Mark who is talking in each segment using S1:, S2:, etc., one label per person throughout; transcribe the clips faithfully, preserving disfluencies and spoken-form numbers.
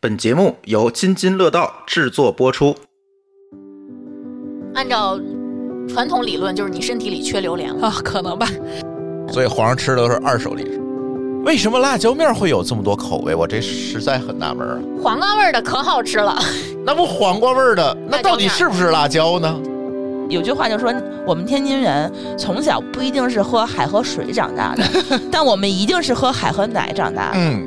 S1: 本节目由津津乐道制作播出。
S2: 按照传统理论，就是你身体里缺榴莲了
S3: 啊，可能吧。
S4: 所以皇上吃的都是二手荔枝。为什么辣椒面会有这么多口味？我这实在很纳闷啊。
S2: 黄瓜味的可好吃了，
S4: 那不黄瓜味的，那到底是不是辣椒呢？
S5: 有句话就说，我们天津人从小不一定是喝海河水长大的，但我们一定是喝海河奶长大的。
S4: 嗯。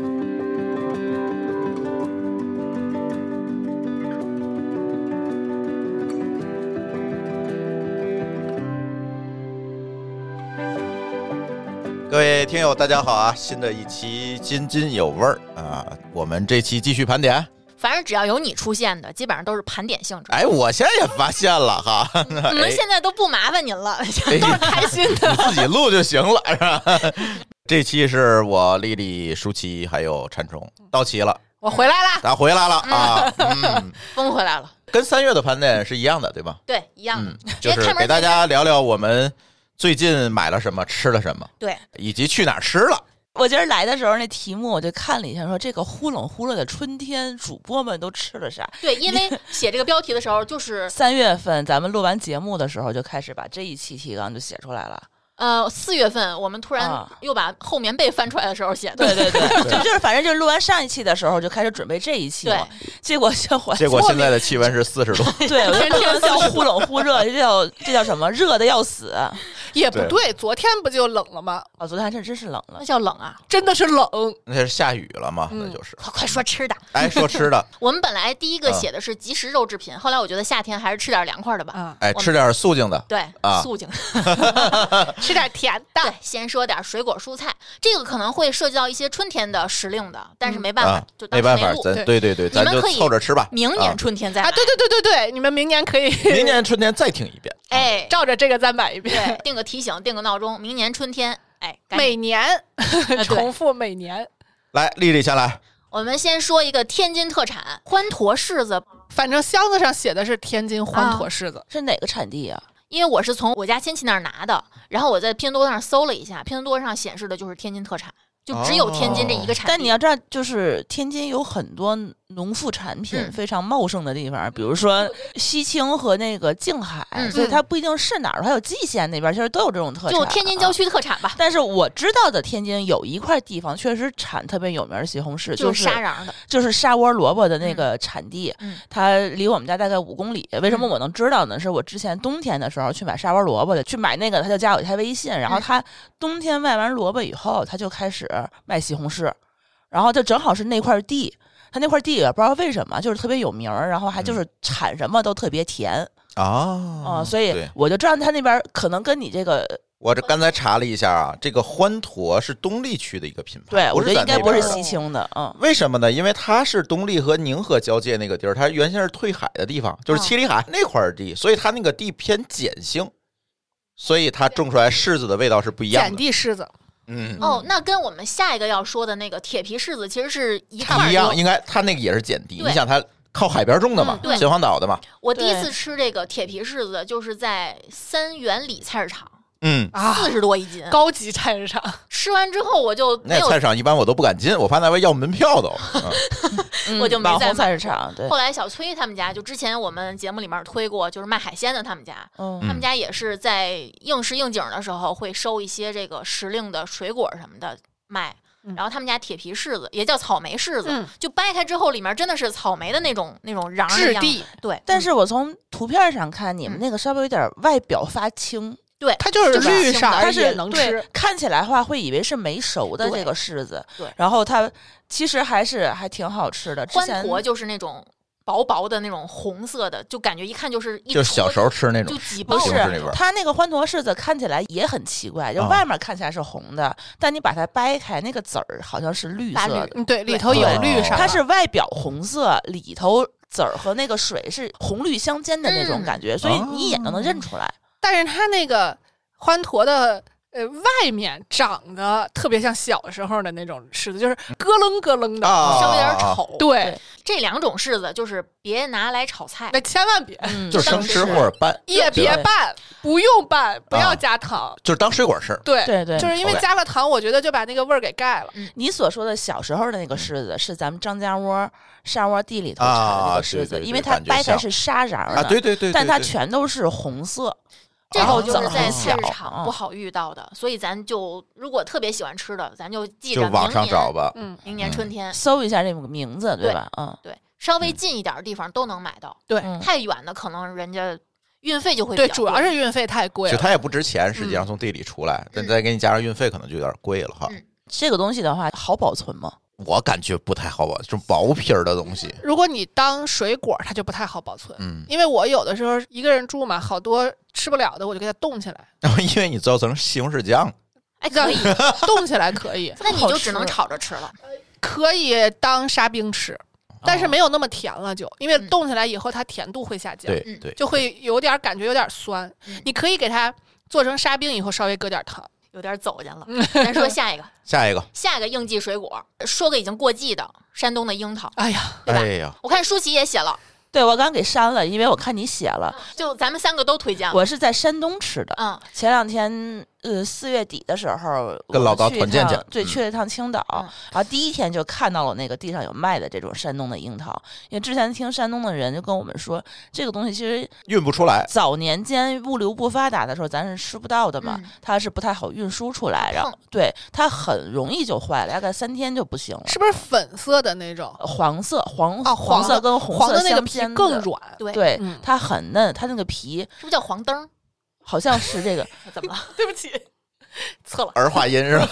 S4: 各位听友大家好啊，新的一期津津有味儿啊，我们这期继续盘点。
S2: 反正只要有你出现的，基本上都是盘点性质。
S4: 哎，我现在也发现了哈，
S2: 你们现在都不麻烦您了，哎、都是开心的，
S4: 你自己录就行了，是吧？这期是我丽丽、舒淇还有馋虫到齐了，
S3: 我回来了，
S4: 咱回来了啊，嗯，
S2: 风回来了，
S4: 跟三月的盘点是一样的，对吧？
S2: 对，一样的，
S4: 嗯、就是给大家聊聊我们最近买了什么，吃了什么，
S2: 对，
S4: 以及去哪儿吃了。
S5: 我今儿来的时候，那题目我就看了一下，说这个忽冷忽热的春天，主播们都吃了啥？
S2: 对，因为写这个标题的时候，就是
S5: 三月份咱们录完节目的时候，就开始把这一期提纲就写出来了。
S2: 呃，四月份我们突然又把厚棉被翻出来的时候写的，
S5: 对对对，就就是反正就是录完上一期的时候就开始准备这一期了，结果就
S4: 结果现在的气温是四十度，
S5: 对，我觉得这叫忽冷忽热，这叫这叫什么？热的要死。
S3: 也不对，昨天不就冷了吗？
S5: 哦，昨天还真真是冷了，
S2: 那叫冷啊，
S3: 真的是冷，
S4: 那是下雨了嘛？
S3: 嗯、
S4: 那就是。
S2: 快快说吃的，
S4: 哎，说吃的。
S2: 我们本来第一个写的是即食肉制品，嗯、后来我觉得夏天还是吃点凉快的吧。
S3: 嗯、
S4: 哎，吃点素净的。
S2: 对，
S4: 啊、
S2: 素净，
S3: 吃点甜的。
S2: 对，先说点水果蔬菜，这个可能会涉及到一些春天的时令的，但是没办法，
S4: 啊、
S2: 就
S4: 没办法，咱对对对，咱就凑着吃吧。
S2: 明年春天再买
S3: 啊！对对对对对，你们明年可以，
S4: 明年春天再听一遍。
S2: 哎，
S3: 照着这个再买一遍，
S2: 对，定个提醒，定个闹钟，明年春天，哎，
S3: 每年重复每年。
S4: 来，丽丽先来。
S2: 我们先说一个天津特产欢驼柿子，
S3: 反正箱子上写的是天津欢驼柿子，
S5: 啊、是哪个产地啊？
S2: 因为我是从我家亲戚那儿拿的，然后我在拼多多上搜了一下，拼多多上显示的就是天津特产，就只有天津这一个产地。
S5: 哦、但你要知道，就是天津有很多农副产品非常茂盛的地方，嗯、比如说西青和那个静海，嗯、所以它不一定是哪儿，还有蓟县那边其实都有这种特产，
S2: 就天津郊区特产吧。
S5: 啊、但是我知道的天津有一块地方确实产特别有名的西红柿，
S2: 就是沙瓤的，
S5: 就是沙窝萝卜的那个产地，
S2: 嗯、
S5: 它离我们家大概五公里。为什么我能知道呢？是我之前冬天的时候去买沙窝萝卜的，去买那个他就加我一台微信，然后他冬天卖完萝卜以后，他就开始卖西红柿，然后就正好是那块地。他那块地也不知道为什么就是特别有名，然后还就是产什么都特别甜
S4: 啊、
S5: 嗯嗯，所以我就知道他那边可能跟你这个，
S4: 我这刚才查了一下啊，这个欢驼是东丽区的一个品牌，
S5: 对，我觉得应该不是西
S4: 青
S5: 青的，嗯，
S4: 为什么呢？因为它是东丽和宁河交界那个地儿，它原先是退海的地方，就是七里海那块地，所以它那个地偏碱性，所以它种出来柿子的味道是不一样的，
S3: 碱地柿子。
S4: 嗯，
S2: 哦，那跟我们下一个要说的那个铁皮柿子其实是一块
S4: 一样，应该它那个也是碱地。你想它靠海边种的嘛，
S2: 嗯、
S4: 秦皇岛的嘛。
S2: 我第一次吃这个铁皮柿子就是在三元里菜市场，
S4: 嗯，
S2: 四十多一斤，
S3: 高级菜市场。
S2: 吃完之后我就没有
S4: 那菜市场一般我都不敢进，我怕那位要门票都，
S2: 嗯、我就没在
S5: 菜市场。对，
S2: 后来小崔他们家，就之前我们节目里面推过，就是卖海鲜的他们家，
S5: 嗯、
S2: 他们家也是在应时应景的时候会收一些这个时令的水果什么的卖。然后他们家铁皮柿子也叫草莓柿子，
S3: 嗯、
S2: 就掰开之后里面真的是草莓的那种那种瓤
S3: 质地。
S2: 对，
S5: 但是我从图片上看，你们那个稍微有点外表发青。
S2: 对，
S3: 它就是绿色，
S5: 它是
S3: 能吃。
S5: 看起来的话，会以为是没熟的这个柿子，
S2: 对。
S5: 然后它其实还是还挺好吃的。
S2: 欢驼就是那种薄薄的那种红色的，就感觉一看就是一
S4: 就小时候吃那种，
S2: 就几包。
S5: 不是，它那个欢驼柿子看起来也很奇怪，就外面看起来是红的，啊、但你把它掰开，那个籽儿好像是绿色的，
S3: 嗯，对，里头有绿色。
S5: 它是外表红色，里头籽儿和那个水是红绿相间的那种感觉，嗯、所以你一眼都能认出来。
S3: 但是它那个欢驼的呃外面长得特别像小时候的那种柿子，就是咯楞咯楞的，
S4: 啊、
S3: 稍微有点丑。对，
S2: 这两种柿子就是别拿来炒菜，
S3: 那千万别，
S5: 嗯，
S4: 就是生吃或者拌，
S3: 也别拌，不用拌，不要加糖，
S4: 就是当水果吃。
S3: 对
S5: 对对，
S3: 就是因为加了糖，我觉得就把那个味儿给盖了。
S5: 你所说的小时候的那个柿子，是咱们张家窝沙窝地里头产的那个柿子，
S4: 啊对对对
S5: 因为它掰开是沙瓤的
S4: 啊，对对对，
S5: 但它全都是红色。
S2: 这
S5: 然后
S2: 种就是在
S5: 很小
S2: 菜市场不
S5: 嗯
S2: 好遇到的，所以咱就如果特别喜欢吃的，咱就记着
S4: 就网上
S2: 明年
S4: 找吧。
S3: 嗯，
S2: 明年春天，
S5: 搜一下这个名字，对吧？嗯，
S2: 对，稍微近一点的地方都能买到，
S3: 对，
S5: 嗯
S2: 太远的可能人家运费就会
S3: 对，
S2: 比较贵
S3: 主要是运费太贵了。
S4: 就它也不值钱，实际上从地里出来，但再给你加上运费，可能就有点贵了哈。
S2: 嗯
S5: 这个东西的话，好保存吗？
S4: 我感觉不太好保，这种薄皮儿的东西，
S3: 如果你当水果，它就不太好保存。
S4: 嗯，
S3: 因为我有的时候一个人住嘛，好多吃不了的，我就给它冻起来，
S4: 然后因为你造成西红柿酱，
S2: 哎，可以，
S3: 冻起来可以，
S2: 那你就只能炒着吃了。
S3: 可以当沙冰吃，但是没有那么甜了就，因为冻起来以后它甜度会下降，
S4: 对
S2: 嗯
S4: 对，
S3: 就会有点感觉有点酸。
S2: 嗯
S3: 你可以给它做成沙冰以后，稍微搁点糖。
S2: 有点走进了。咱说下一个，
S4: 下一个，
S2: 下一个应季水果，说个已经过季的山东的樱桃，
S3: 哎呀，
S2: 对吧？
S4: 哎呀，
S2: 我看舒淇也写了，
S5: 对我刚给删了，因为我看你写了，
S2: 就咱们三个都推荐了。
S5: 我是在山东吃的。
S2: 嗯，
S5: 前两天呃四月底的时候，
S4: 跟老道
S5: 我去一趟
S4: 团建去
S5: 对，
S4: 嗯
S5: 去了一趟青岛，
S2: 嗯
S5: 然后第一天就看到了那个地上有卖的这种山东的樱桃，因为之前听山东的人就跟我们说，这个东西其实
S4: 运不出来，
S5: 早年间物流不发达的时候，咱是吃不到的嘛，
S2: 嗯
S5: 它是不太好运输出来，然后
S2: 碰
S5: 对它很容易就坏了，大概三天就不行了。
S3: 是不是粉色的那种？
S5: 黄色黄
S3: 啊
S5: 黄色
S3: 黄的
S5: 跟红色
S3: 黄的那个皮
S5: 相间的
S3: 更软，
S2: 对，
S5: 对，
S3: 嗯
S5: 它很嫩，它那个皮
S2: 是不是叫黄灯？
S5: 好像是这个，
S2: 怎么了？
S3: 对不起，
S2: 错了。
S4: 儿化音是吧？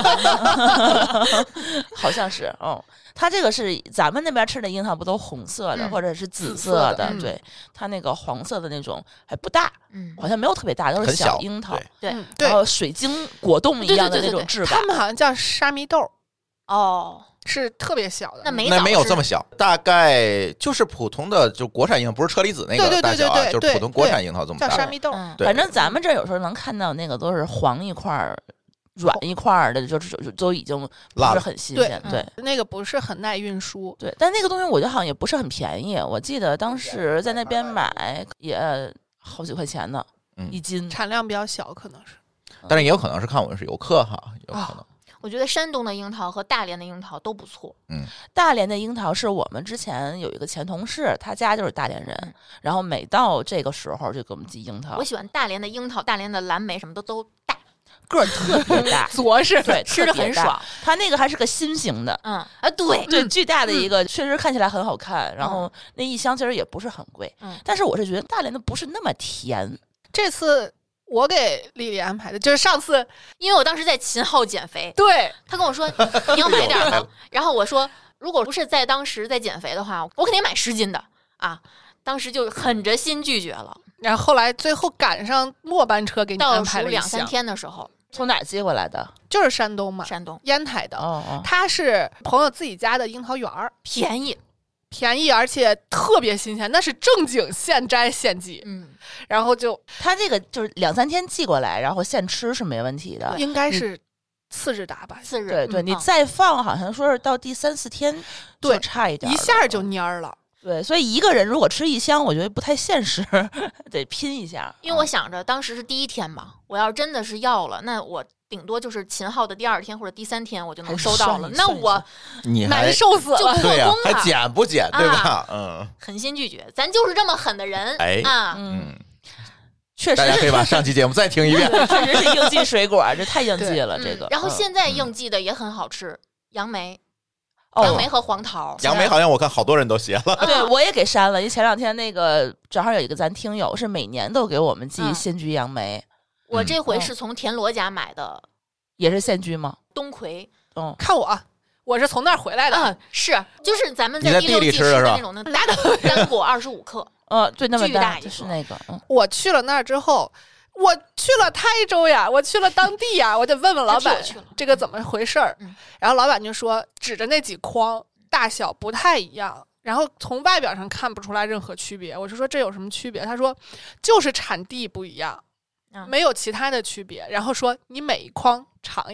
S5: 好像是，嗯，它这个是咱们那边吃的樱桃不都红色的、
S2: 嗯
S5: 或者是紫
S3: 紫色
S5: 色
S3: 的
S2: 嗯
S5: 对，它那个黄色的那种还不大，
S2: 嗯，
S5: 好像没有特别大，都是
S4: 很小
S5: 樱桃，
S4: 对
S2: 对
S3: 嗯对
S5: 然，后水晶果冻一样的那
S2: 对对对对对
S5: 种质感
S3: 他。们好像叫沙弥豆，
S2: 哦，
S3: 是特别小的。
S2: 那没
S4: 那没有
S2: 枣是
S4: 这么小，大概就是普通的，就国产樱，不是车厘子那
S3: 对对对
S4: 个大小啊，
S3: 对对
S4: 就是普通国产樱桃这么大。
S3: 叫沙弥豆，
S2: 嗯，
S4: 对
S5: 反正咱们这儿有时候能看到那个都是黄一块儿、软一块儿的，就是就都已经不是
S4: 辣了
S3: 对
S5: 很新鲜。对
S3: 那个不是很耐运输。
S5: 对，但那个东西我觉得好像也不是很便宜，我记得当时在那边买也好几块钱呢，
S4: 嗯
S5: 一斤。
S3: 产量比较小，可能是。
S4: 但是也有可能是看我们是游客哈，有可能。
S2: 我觉得山东的樱桃和大连的樱桃都不错。
S5: 大连的樱桃是我们之前有一个前同事，他家就是大连人，
S2: 嗯
S5: 然后每到这个时候就给我们寄樱桃
S2: 我，喜欢大连的樱桃，大连的蓝莓什么的都大，
S5: 个儿特别大，
S3: 着实
S5: 对，
S2: 吃着
S5: 特别大
S2: 很爽。
S5: 它那个还是个心形的，
S2: 嗯啊，对，
S5: 对，巨大的一个，确实看起来很好看。然后那一箱其实也不是很贵，
S2: 嗯
S5: 但是我是觉得大连的不是那么甜。
S3: 这次我给丽丽安排的，就是上次
S2: 因为我当时在秦昊减肥，
S3: 对
S2: 他跟我说你要买点儿吗？然后我说如果不是在当时在减肥的话，我肯定买十斤的啊。当时就狠着心拒绝了。
S3: 然后后来最后赶上末班车给你
S2: 倒
S3: 安排了一
S2: 数两三
S3: 箱，
S2: 天的时候，
S5: 从哪儿寄过来的？
S3: 就是山东嘛，
S2: 山东
S3: 烟台的。
S5: 哦哦，
S3: 它是朋友自己家的樱桃园儿，
S2: 便宜，
S3: 便宜而且特别新鲜，那是正经现摘现寄，
S2: 嗯，
S3: 然后就
S5: 它这个就是两三天寄过来，然后现吃是没问题的。
S3: 应该是次日达吧，
S2: 次日
S5: 对对，
S2: 嗯啊
S5: 你再放好像说是到第三四天就
S3: 对
S5: 差一点儿了，
S3: 一下就蔫儿了。
S5: 对，所以一个人如果吃一箱，我觉得不太现实，得拼一下。
S2: 因为我想着当时是第一天嘛，我要真的是要了，那我顶多就是秦昊的第二天或者第三天我就能收到了，那我
S4: 你还
S3: 难受死了。
S2: 就破
S4: 对呀、
S2: 功了，
S4: 还减不减对吧？嗯
S2: 狠心拒绝，咱就是这么狠的人，
S4: 哎
S2: 啊，
S5: 嗯，
S4: 嗯，
S5: 确实
S4: 大家可以把上期节目再听一遍。
S5: 对确实是应季水果，这太应季了。
S2: 嗯
S5: 这个，
S2: 然后
S5: 嗯
S2: 现在应季的也很好吃，杨梅、
S5: 哦
S2: 杨梅和黄桃，
S4: 杨梅好像我看好多人都写了，
S5: 对我也给删了，因为前两天那个正好有一个咱听友是每年都给我们寄
S2: 嗯
S5: 现居杨梅，
S2: 我这回
S5: 嗯
S2: 是从田螺家买的
S5: 也是现居吗？
S2: 冬葵，
S5: 嗯，
S3: 看我，我是从那儿回来的。
S2: 嗯，是，就是咱们
S4: 你在
S2: 第六季吃
S4: 地里吃的是吧
S2: 的那种的大的干果二十五克，
S5: 呃，对，那么
S2: 巨大一个
S5: 就是那个，嗯，
S3: 我去了那儿之后，我去了台州呀，我去了当地呀，我得问问老板
S2: 他替我去了
S3: 这个怎么回事儿。
S2: 嗯
S3: 然后老板就说，指着那几筐大小不太一样，然后从外表上看不出来任何区别。我就说这有什么区别？他说就是产地不一样，
S2: 嗯
S3: 没有其他的区别。然后说你每一筐尝一下，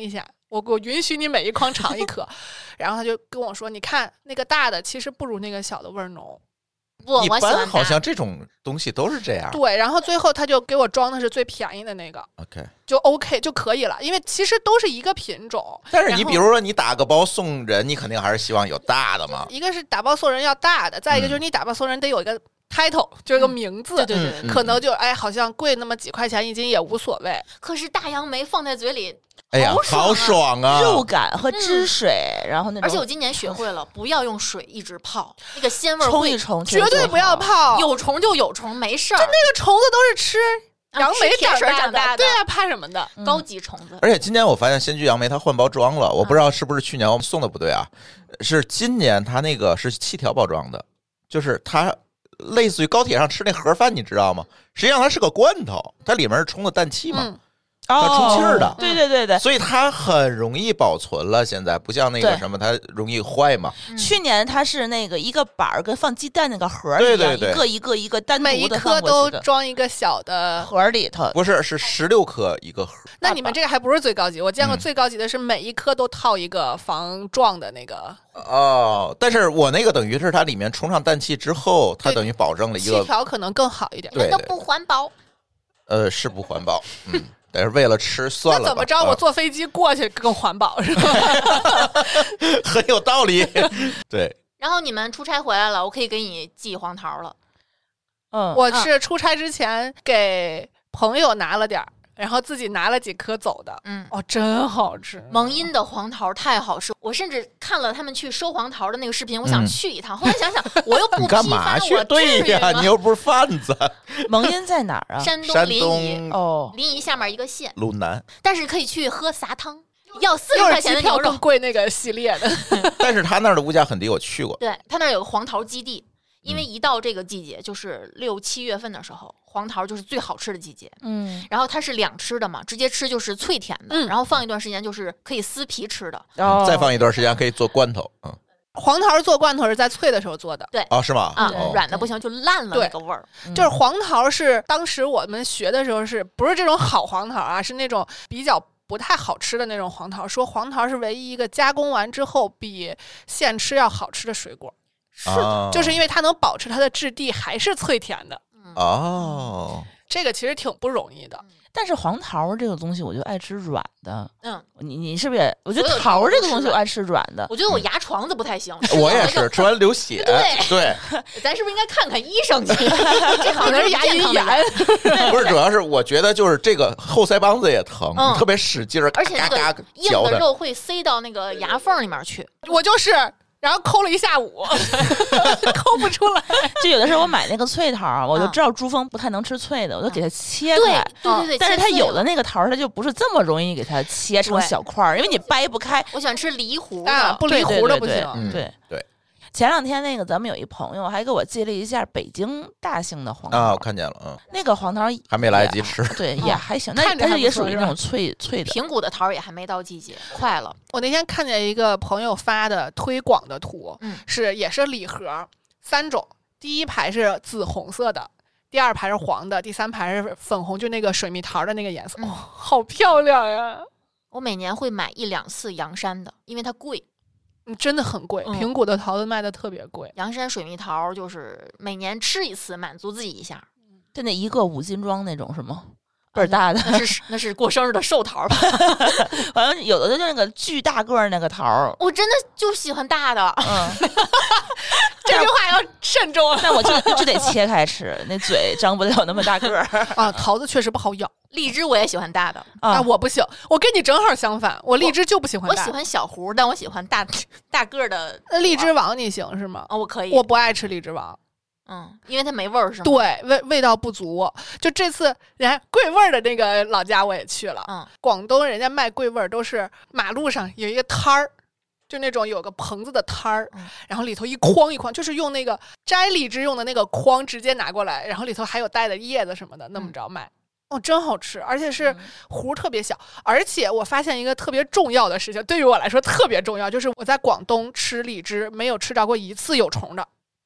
S3: 我我允许你每一筐尝一颗。然后他就跟我说，你看那个大的其实不如那个小的味儿浓。
S2: 不，
S4: 一
S2: 我喜欢大
S4: 般好像这种东西都是这样。
S3: 对，然后最后他就给我装的是最便宜的那个
S4: OK，
S3: 就 OK 就可以了，因为其实都是一个品种。
S4: 但是你
S3: 然后
S4: 比如说你打个包送人，你肯定还是希望有大的嘛。
S3: 一个是打包送人要大的，再一个就是你打包送人得有一个 title，、嗯、就是个名字，
S2: 对对对对，
S3: 可能就哎好像贵那么几块钱一斤也无所谓。
S2: 可是大杨梅放在嘴里。
S4: 哎呀，好爽啊！
S5: 肉感和汁水，嗯、然后那种。
S2: 而且我今年学会了，不要用水一直泡，那个鲜味
S5: 冲一冲，
S3: 绝对不要泡。
S2: 有虫就有虫，没事儿。
S3: 就那个虫子都是吃杨梅
S2: 长
S3: 大
S2: 长大的，
S3: 对啊，怕什么的？
S2: 嗯、高级虫子。
S4: 而且今年我发现仙居杨梅它换包装了，我不知道是不是去年我们送的不对啊，是今年它那个是气条包装的，就是它类似于高铁上吃那盒饭，你知道吗？实际上它是个罐头，它里面是充的氮气嘛。嗯它充气儿的、
S5: 哦，对对对对，
S4: 所以它很容易保存了。现在不像那个什么，它容易坏嘛。
S2: 嗯、
S5: 去年它是那个一个板儿跟放鸡蛋那个盒儿一样，
S4: 对对对，
S5: 一个一个一个单独的
S3: 每一颗都装一个小的
S5: 盒里头，
S4: 不是是十六颗一个盒。
S3: 那你们这个还不是最高级，我见过最高级的是每一颗都套一个防撞的那个。
S4: 哦，但是我那个等于是它里面充上氮气之后，它等于保证了一个
S3: 气条可能更好一点，
S2: 那都不环保。
S4: 呃，是不环保，嗯。但是为了吃算了吧。
S3: 那怎么着？我坐飞机过去更环保是吧？
S4: 很有道理。对。
S2: 然后你们出差回来了，我可以给你寄黄桃了。
S5: 嗯，
S3: 我是出差之前给朋友拿了点儿，然后自己拿了几颗走的。
S2: 嗯，
S3: 哦，真好吃。
S2: 蒙阴的黄桃太好吃，我甚至看了他们去收黄桃的那个视频，我想去一趟。嗯、后来想想，我又不批发，
S4: 干嘛去？对呀，你又不是贩子。
S5: 蒙阴在哪儿啊？
S2: 山东临沂
S5: 哦，
S2: 临沂下面一个县，
S4: 鲁南。
S2: 但是可以去喝杂汤，要四十块钱的牛肉，
S3: 更贵那个系列的。
S4: 但是他那儿的物价很低，我去过。
S2: 对他那儿有个黄桃基地。因为一到这个季节，就是六七月份的时候，黄桃就是最好吃的季节。
S5: 嗯，
S2: 然后它是两吃的嘛，直接吃就是脆甜的，
S3: 嗯、
S2: 然后放一段时间就是可以撕皮吃的，
S5: 哦、
S4: 再放一段时间可以做罐头。嗯，
S3: 黄桃做罐头是在脆的时候做的。
S2: 对，
S4: 哦，是吗？
S2: 啊，
S4: 哦、
S2: 软的不行就烂了那个味儿。
S3: 就是黄桃是当时我们学的时候是不是这种好黄桃啊？是那种比较不太好吃的那种黄桃。说黄桃是唯一一个加工完之后比现吃要好吃的水果。是的，
S4: 哦、
S3: 就是因为它能保持它的质地还是脆甜的。
S4: 哦，
S3: 这个其实挺不容易的。
S5: 但是黄桃这个东西，我就爱吃软的。
S2: 嗯，
S5: 你你是不是也？我觉得桃这个东西我爱吃软的。
S2: 我觉得我牙床子不太行。
S4: 我也是，吃完流血。
S2: 对
S4: 对，
S2: 咱是不是应该看看医生去？这
S3: 可能是牙龈炎。
S4: 不是，主要是我觉得就是这个后腮帮子也疼，
S2: 嗯、
S4: 特别使劲儿，
S2: 而且那个硬的肉会塞到那个牙缝里面去。
S3: 我就是。然后抠了一下午，抠不出来。
S5: 就有的时候我买那个脆桃，我就知道珠峰不太能吃脆的，我就给它切开。
S2: 对对对，
S5: 但是它有的那个桃，它就不是这么容易给它切成小块儿，因为你掰不开。
S2: 我喜欢吃梨核的，
S3: 啊、不梨核的不行。
S4: 嗯、
S5: 对
S4: 对。
S5: 前两天那个咱们有一朋友还给我寄了一下北京大兴的黄桃
S4: 啊，我看见了，嗯，
S5: 那个黄桃
S4: 还没来得及吃，
S5: 对，也还行，那
S3: 但
S5: 是也属于那种脆脆的。
S2: 平谷的桃也还没到季节，快了。
S3: 我那天看见一个朋友发的推广的图，
S2: 嗯，
S3: 是也是礼盒三种，第一排是紫红色的，第二排是黄的，第三排是粉红，就那个水蜜桃的那个颜色，
S2: 嗯、
S3: 哦，好漂亮呀！
S2: 我每年会买一两次阳山的，因为它贵。
S3: 嗯，真的很贵，
S2: 嗯、
S3: 平谷的桃子卖的特别贵。
S2: 阳山水蜜桃就是每年吃一次，满足自己一下。
S5: 就那一个五斤装那种是吗？倍儿大的，
S2: 那是那是过生日的寿桃吧？
S5: 好像有的就那个巨大个儿那个桃，
S2: 我真的就喜欢大的。
S5: 嗯，
S3: 这句话要慎重。
S5: 那我就就得切开吃，那嘴张不了那么大个儿
S3: 啊。桃子确实不好咬。
S2: 荔枝我也喜欢大的
S3: 啊，我不行，我跟你正好相反，我荔枝就不喜欢大。
S2: 我喜欢小核，但我喜欢大大个的。
S3: 那荔枝王你行是吗？
S2: 啊，我可以。
S3: 我不爱吃荔枝王。
S2: 嗯，因为它没味儿是吗？
S3: 对，味味道不足。就这次人家桂味儿的那个老家我也去了，
S2: 嗯，
S3: 广东人家卖桂味儿都是马路上有一个摊儿，就那种有个棚子的摊儿，
S2: 嗯、
S3: 然后里头一筐一筐，就是用那个摘荔枝用的那个筐直接拿过来，然后里头还有带的叶子什么的，那么着卖。哦，真好吃，而且是核特别小、嗯。而且我发现一个特别重要的事情，对于我来说特别重要，就是我在广东吃荔枝没有吃着过一次有虫的。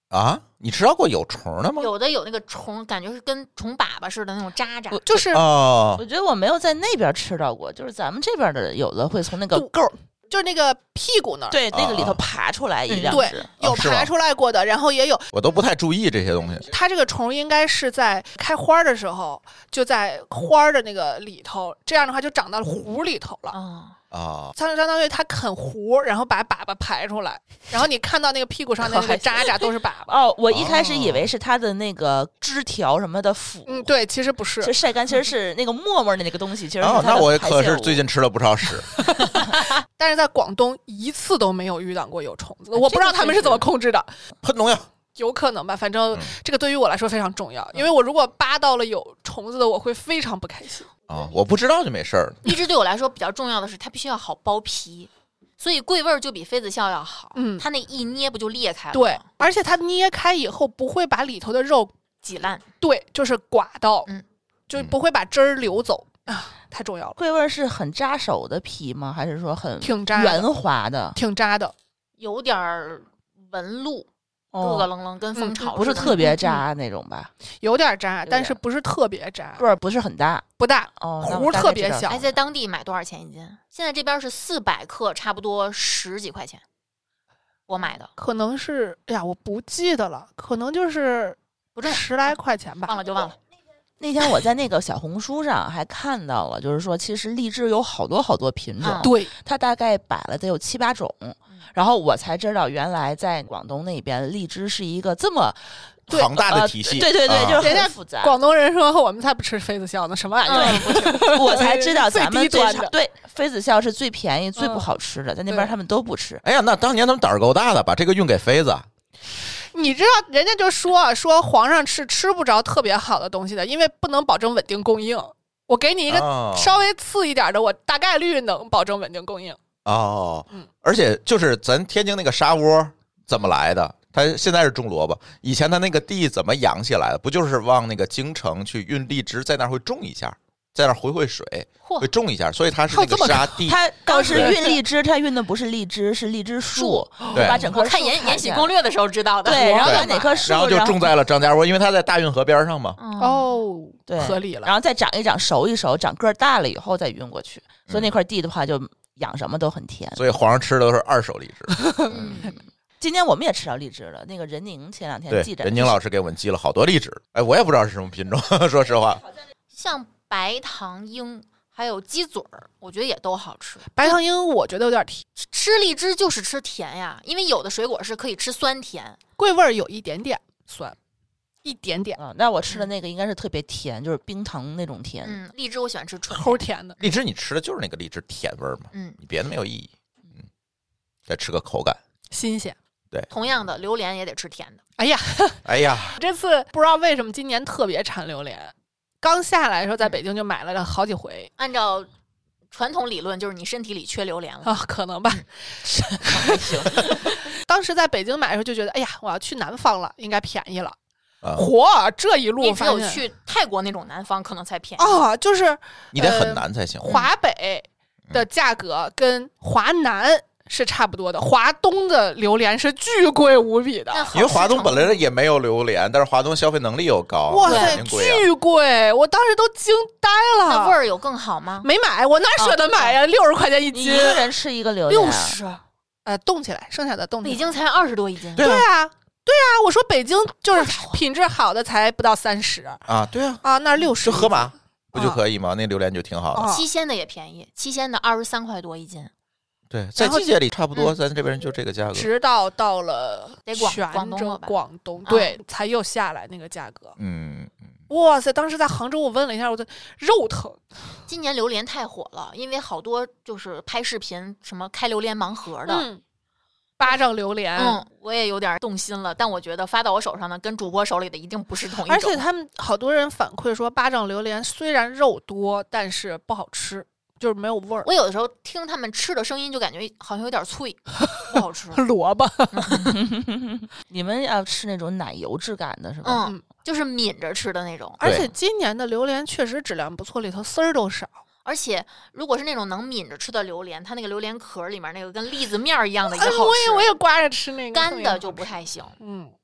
S4: 啊，你吃到过有虫的吗？
S2: 有的有那个虫，感觉是跟虫粑粑似的那种渣渣，
S3: 就是
S4: 哦
S5: 我觉得我没有在那边吃到过，就是咱们这边的有的会从那个
S3: 肚儿，就是那个屁股那儿，
S5: 对那个里头
S4: 啊
S5: 爬出来一两
S3: 对
S5: 只，
S3: 有
S4: 哦是吗
S3: 爬出来过的，然后也有
S4: 我都不太注意这些东西。
S3: 它这个虫应该是在开花的时候就在花的那个里头，这样的话就长到核里头了。
S2: 嗯，
S4: 啊，
S3: 相相当于它啃核，然后把粑粑排出来，然后你看到那个屁股上的那个渣渣都是粑粑。
S5: 哦，我一开始以为是它的那个枝条什么的腐，
S3: 嗯，对，其实不是
S5: 其实。晒干其实是那个沫沫的那个东西，其实是
S4: 哦，
S5: 它的
S4: 那我可
S5: 排泄物
S4: 是最近吃了不少屎。
S3: 但是在广东一次都没有遇到过有虫子，
S5: 哎
S3: 我不知道他们是怎么控制的。
S4: 喷农药。
S3: 有可能吧，反正
S4: 嗯
S3: 这个对于我来说非常重要，因为我如果扒到了有虫子的，我会非常不开心。
S4: 啊，我不知道就没事儿。
S2: 荔枝对我来说比较重要的是，它必须要好剥皮，所以桂味儿就比妃子笑要好。
S3: 嗯
S2: 它那一捏不就裂开了吗？
S3: 对，而且它捏开以后不会把里头的肉，
S2: 挤烂。
S3: 对，就是刮到，
S2: 嗯，
S3: 就不会把汁儿流走啊，太重要了，
S5: 桂味儿是很扎手的皮吗？还是说很
S3: 挺扎的，
S5: 圆滑的？
S3: 挺扎的。
S2: 有点儿纹路，咯咯
S5: 哦，
S2: 楞楞，跟蜂巢似的、
S5: 不是特别扎那种吧？
S3: 有点扎，
S5: 点
S3: 但是不是特别扎，
S5: 个儿不是很大
S3: 不大，
S5: 哦，那
S3: 核
S5: 我大概知道
S3: 特别小
S2: 哎，在当地买多少钱一斤？现在这边是四百克，差不多十几块钱，我买的，
S3: 可能是，哎呀，我不记得了，可能就是
S2: 不重要，
S3: 十来块钱吧。
S2: 忘了就忘了。
S5: 那天我在那个小红书上还看到了，就是说其实荔枝有好多好多品种，
S2: 嗯
S3: 对，
S5: 它大概摆了得有七八种，然后我才知道原来在广东那边荔枝是一个这么
S3: 对
S4: 庞大的体系。
S5: 对对对，
S4: 啊
S5: 就是
S3: 人家
S5: 很复杂。
S3: 广东人说我们才不吃妃子笑呢，什么玩意儿？
S5: 对，我才知道咱们
S3: 最低端的
S5: 常对妃子笑是最便宜、最不
S3: 嗯
S5: 好吃的，在那边
S3: 对
S5: 他们都不吃。
S4: 哎呀，那当年他们胆儿够大的，把这个运给妃子。
S3: 你知道人家就说说皇上是吃不着特别好的东西的，因为不能保证稳定供应。我给你一个
S4: 哦
S3: 稍微次一点的，我大概率能保证稳定供应。
S4: 哦，
S3: 嗯
S4: 而且就是咱天津那个沙窝怎么来的？它现在是种萝卜，以前它那个地怎么养起来的？不就是往那个京城去运荔枝，在那儿会种一下，在那儿回回水，会
S2: 嚯，
S4: 种一下，所以它是那个
S3: 靠这么
S4: 沙地。
S5: 他当时
S4: 对
S5: 运荔枝，他运的不是荔枝，是荔枝树，
S4: 对
S5: 把整棵
S2: 我看《
S5: 树
S2: 延延禧
S5: 砍下
S2: 攻略》的时候知道的。
S5: 对，然后
S3: 对
S5: 把哪棵树，
S4: 然后就种在了张家窝，因为它在大运河边上嘛。
S2: 嗯，
S3: 哦，
S5: 对
S3: 合理了。
S5: 然后再长一长，熟一熟，长个儿大了以后再运过去。所以那块地的话，就养什么都很甜。
S4: 所以皇上吃的都是二手荔枝。
S2: 嗯
S5: 今年我们也吃到荔枝了，那个任宁前两天
S4: 对
S5: 记，着，
S4: 任宁老师给我们寄了好多荔枝，哎，我也不知道是什么品种，说实话。
S2: 像白糖樱还有鸡嘴儿，我觉得也都好吃。
S3: 白糖樱我觉得有点甜，
S2: 吃荔枝就是吃甜呀，因为有的水果是可以吃酸甜。
S3: 桂味儿有一点点酸，一点点
S5: 啊，那我吃的那个应该是特别甜，就是冰糖那种甜。
S2: 嗯，荔枝我喜欢吃纯
S3: 齁
S2: 甜。
S3: 甜的。
S4: 荔枝你吃的就是那个荔枝甜味儿嘛，
S2: 嗯，
S4: 你别的没有意义。嗯，再吃个口感。
S3: 新鲜。
S2: 同样的，榴莲也得吃甜的。
S3: 哎呀，
S4: 哎呀，
S3: 这次不知道为什么今年特别馋榴莲，刚下来的时候在北京就买了好几回
S2: 按照传统理论，就是你身体里缺榴莲了。
S3: 啊，可能吧。
S5: 还行，
S3: 当时在北京买的时候就觉得，哎呀，我要去南方了，应该便宜了。
S4: 啊，
S3: 嚯，这一路
S2: 你只有
S3: 发现
S2: 去泰国那种南方可能才便宜。
S3: 啊，就是
S4: 你得很难才行。
S3: 华北的价格跟华南是差不多的，华东的榴莲是巨贵无比的。
S2: 但好
S4: 因为华东
S2: 吃程度
S4: 本来也没有榴莲，但是华东消费能力又高，
S3: 哇塞，
S4: 肯定贵啊。
S3: 巨贵！我当时都惊呆了。
S2: 那味儿有更好吗？
S3: 没买，我哪舍得买呀？六十块钱一斤
S5: 你一，个人吃一个榴莲啊，
S2: 六十，
S3: 呃，冻起来，剩下的冻起来。
S2: 北京才二十多一斤。
S3: 对啊，对啊，我说北京就是品质好的才不到三十
S4: 啊，对啊，
S3: 啊，那六十
S4: 就河马不就可以吗？那榴莲就挺好的。
S3: 啊
S2: 七鲜的也便宜，七鲜的二十三块多一斤。
S4: 对，在季节里差不多，咱这边就这个价格。
S3: 直到到了
S2: 得广
S3: 泉州
S2: 广东了吧
S3: 广东，
S2: 啊
S3: 对，才又下来那个价格。
S4: 嗯，
S3: 哇塞！当时在杭州，我问了一下，我的肉疼。
S2: 今年榴莲太火了，因为好多就是拍视频什么开榴莲盲盒的。
S3: 嗯，巴掌榴莲，
S2: 嗯，我也有点动心了，但我觉得发到我手上的跟主播手里的一定不是同一种。
S3: 而且他们好多人反馈说，巴掌榴莲虽然肉多，但是不好吃，就是没有味儿。
S2: 我有的时候听他们吃的声音，就感觉好像有点脆，不好吃。
S3: 萝卜，
S5: 你们要吃那种奶油质感的是吧？
S2: 嗯，就是抿着吃的那种。
S3: 而且今年的榴莲确实质量不错，里头丝儿都少。
S2: 而且如果是那种能抿着吃的榴莲，它那个榴莲壳里面那个跟栗子面儿一样的也
S3: 哎，
S2: 好吃。
S3: 我也我也刮着吃那个，
S2: 干的就不太行。
S3: 嗯，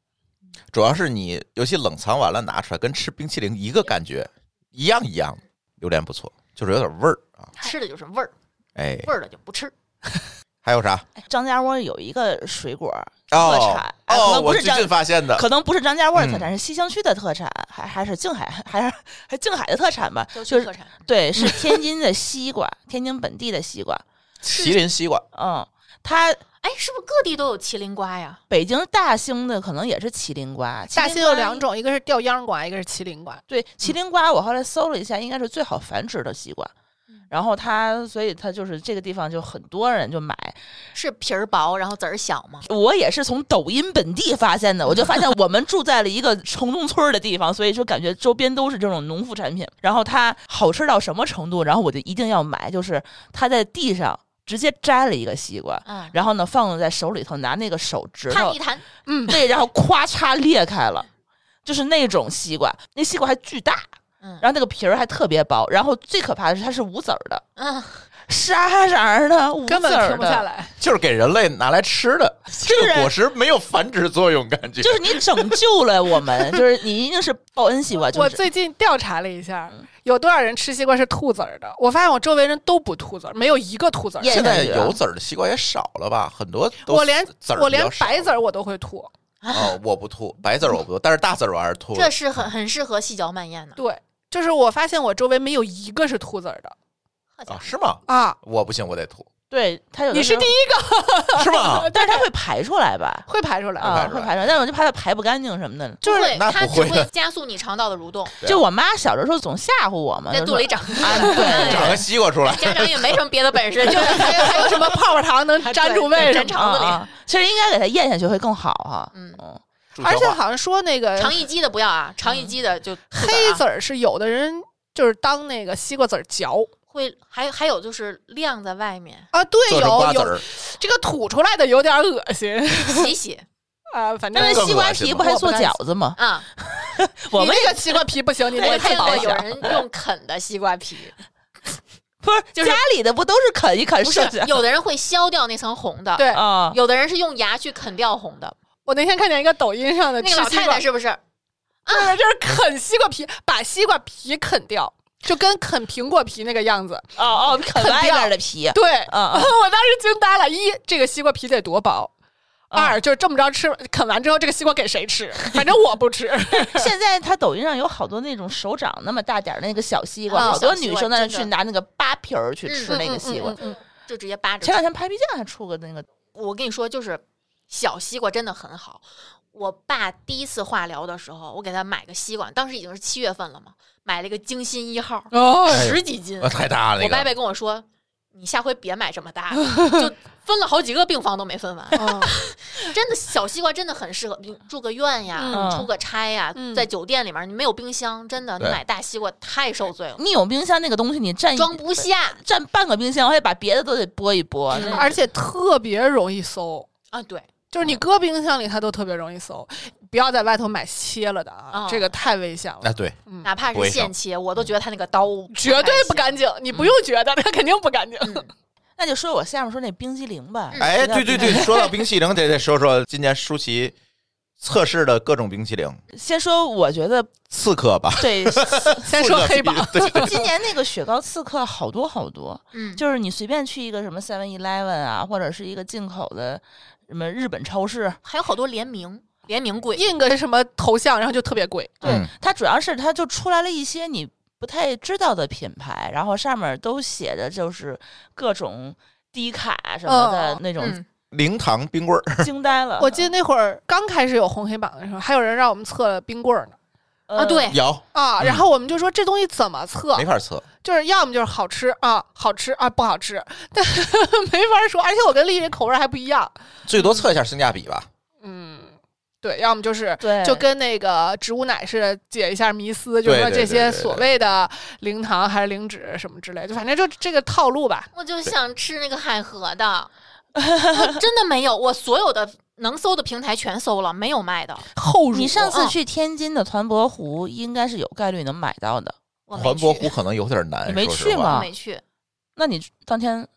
S4: 主要是你尤其冷藏完了拿出来，跟吃冰淇淋一个感觉，一样一样的。榴莲不错，就是有点味儿啊，
S2: 吃的就是味儿，
S4: 哎，
S2: 味儿的就不吃。
S4: 还有啥？
S5: 张家窝有一个水果
S4: 哦
S5: 特产，哎可
S4: 哦，
S5: 能不是张
S4: 我最近发现的，
S5: 可能不是张家窝的特
S4: 嗯
S5: 产，是西乡区的特产，还还是静海，还是还静海的特产吧？就是
S2: 都特产。
S5: 对，是天津的西瓜，天津本地的西瓜。
S4: 麒麟西瓜，
S5: 嗯，它
S2: 哎，是不是各地都有麒麟瓜呀？
S5: 北京大兴的可能也是麒麟瓜，
S3: 大兴有两
S5: 种。
S3: 种，一个是吊秧瓜，一个是麒麟瓜。
S5: 对，麒麟瓜我后来搜了一下，应该是最好繁殖的西瓜。然后它，所以它就是这个地方就很多人就买。
S2: 是皮儿薄，然后籽儿小吗？
S5: 我也是从抖音本地发现的，我就发现我们住在了一个城中村的地方，所以就感觉周边都是这种农副产品。然后它好吃到什么程度，然后我就一定要买，就是它在地上直接摘了一个西瓜，
S2: 嗯，
S5: 然后呢放在手里头，拿那个手指头
S2: 弹一，弹，
S3: 嗯，
S5: 对，然后咵嚓裂开了，就是那种西瓜，那西瓜还巨大。
S2: 嗯
S5: 然后那个皮儿还特别薄，然后最可怕的是它是无籽儿的，
S2: 嗯，
S5: 沙瓤的，无
S3: 根本
S5: 籽儿的，
S3: 停不下来。
S4: 就是给人类拿来吃的，这个果实没有繁殖作用，感觉
S5: 就是你拯救了我们，就是你一定是报恩西瓜。就是、
S3: 我最近调查了一下，有多少人吃西瓜是吐籽儿的？我发现我周围人都不吐籽儿，没有一个吐籽儿的。
S5: 也
S4: 现在
S5: 感觉
S4: 有籽儿的西瓜也少了吧？很多都
S3: 我连
S4: 籽儿
S3: 我连
S4: 比较少
S3: 白籽儿我都会吐。
S4: 哦，我不吐白籽儿，我不吐，但是大籽儿我还是吐的。
S2: 这是很很适合细嚼慢咽的。
S3: 对，就是我发现我周围没有一个是吐籽儿的
S4: 啊，
S2: 好家伙，
S4: 是吗？
S3: 啊。
S4: 我不行，我得吐，
S5: 对它有的
S3: 你是
S5: 时候
S3: 第一个
S4: 是吗？
S5: 但是它会排出来吧？
S3: 会排出来。
S5: 啊，
S4: 排出来
S5: 会排出来，但是我就怕它排不干净什么的。
S2: 不会，
S4: 那
S2: 它
S4: 不会
S2: 只会加速你肠道的蠕动，
S4: 对
S5: 就我妈小的时候总吓唬我嘛，就说
S2: 在肚里长。
S5: 啊，对，
S4: 长个西瓜出来，
S2: 家长也没什么别的本事，就是
S3: 还有还有什么泡泡糖能粘住胃什么的？
S2: 粘肠子里
S5: 啊啊其实应该给它咽下去会更好哈。
S2: 嗯
S5: 嗯，
S3: 而
S4: 助消化
S3: 且好像说那个
S2: 肠易激的不要啊，肠易激的就
S3: 黑籽
S2: 儿
S3: 儿是有的人就是当那个西瓜籽儿嚼
S2: 会，还还有就是晾在外面
S3: 啊。对，
S4: 做成
S3: 有有
S4: 瓜子儿，
S3: 这个吐出来的有点恶心
S2: 洗洗
S3: 啊。反正
S5: 但是西瓜皮不还做
S3: 我不太
S5: 饺子吗？
S2: 啊。
S5: 我们
S3: 你那个西瓜皮不行，你那
S2: 我
S3: 个太
S2: 见过有
S3: 薄小。
S2: 人用啃的西瓜皮，
S5: 不是，
S2: 就是
S5: 家里的不都是啃一啃
S2: 不是
S5: 剩下？
S2: 有的人会削掉那层红的，
S3: 对，
S5: 啊，
S2: 有的人是用牙去啃掉红的。
S3: 我那天看见一个抖音上的
S2: 那个老
S3: 吃西瓜
S2: 太太是不是？
S3: 就是就是啃西瓜皮，把西瓜皮啃掉，就跟啃苹果皮那个样子。
S5: 哦哦，啃外边的皮。
S3: 对，
S5: 啊啊
S3: 我当时惊呆了。一，这个西瓜皮得多薄；
S5: 啊
S3: 二，就是这么着吃，啃完之后这个西瓜给谁吃？反正我不吃。
S5: 现在它抖音上有好多那种手掌那么大点儿那个小西瓜，
S2: 啊
S5: 好多
S2: 小西瓜
S5: 女生在那
S2: 真的
S5: 去拿那个扒皮儿去
S2: 嗯
S5: 吃那个西瓜。
S3: 嗯嗯嗯
S2: 就直接扒着吃。
S5: 前两天 Papi 酱还出个那个，
S2: 我跟你说，就是小西瓜真的很好。我爸第一次化疗的时候，我给他买个西瓜，当时已经是七月份了嘛，买了一个京新一号，
S3: 哦，
S2: 十几斤。
S4: 啊太大了那个。
S2: 我伯伯跟我说：“你下回别买这么大的，就分了好几个病房都没分完。
S3: 哦
S2: 真的，小西瓜真的很适合住个院呀，
S5: 嗯
S2: 出个差呀，
S3: 嗯
S2: 在酒店里面你没有冰箱，真的你
S4: 对
S2: 买大西瓜太受罪了，
S5: 你有冰箱那个东西，你占一
S2: 装不下
S5: 占半个冰箱，还得把别的都得拨一拨。
S2: 嗯
S3: 而且特别容易馊。
S2: 啊！对，
S3: 就是你搁冰箱里，它都特别容易馊。不要在外头买切了的啊，
S2: 哦
S3: 这个太危险了，
S4: 啊对，
S3: 嗯，
S2: 哪怕是
S4: 不卫生
S2: 现切，我都觉得他那个刀
S3: 绝对不干净。你不用觉得，它肯定不干净。
S2: 嗯
S5: 那就说我下面说那冰激凌吧。
S2: 嗯
S4: 哎，对对对，说到冰淇淋，得得说说今年舒淇测试的各种冰淇淋，
S5: 先说我觉得
S4: 刺客吧，
S5: 对，
S3: 先说黑榜，
S4: 对对对
S5: 今年那个雪糕刺客好多好多，
S2: 嗯，
S5: 就是你随便去一个什么 Seven Eleven 啊，或者是一个进口的什么日本超市，
S2: 还有好多联名，联名贵，
S3: 印个什么头像，然后就特别贵。
S5: 对、
S4: 嗯
S5: 它主要是它就出来了一些你不太知道的品牌，然后上面都写着就是各种低卡什么的、
S3: 哦
S5: 那种，
S2: 嗯，
S4: 零糖冰棍儿，
S5: 惊呆了。
S3: 我记得那会儿刚开始有红黑榜的时候，还有人让我们测冰棍儿呢
S5: 呃
S2: 啊，对，
S4: 有
S3: 啊，
S4: 嗯
S3: 然后我们就说这东西怎么测
S4: 没？法测，
S3: 就是要么就是好吃啊，好吃啊，不好吃，但没法说。而且我跟丽丽口味还不一样，
S4: 最多测一下性价比吧。
S3: 嗯，对，要么就是
S5: 对，
S3: 就跟那个植物奶似的，解一下迷思，就是说
S4: 对对对
S3: 这些
S4: 对对
S3: 所谓的零糖还是零脂什么之类的，就反正就这个套路吧。
S2: 我就想吃那个海河的，我真的没有，我所有的能搜的平台全搜了，没有卖的。
S3: 后乳，
S5: 你上次
S2: 嗯
S5: 去天津的团泊湖，应该是有概率能买到的。
S2: 我没
S4: 环泊
S2: 去
S4: 湖可能有点难，
S5: 你没
S4: 说实话
S5: 去吗
S2: 我没去，
S5: 那你当天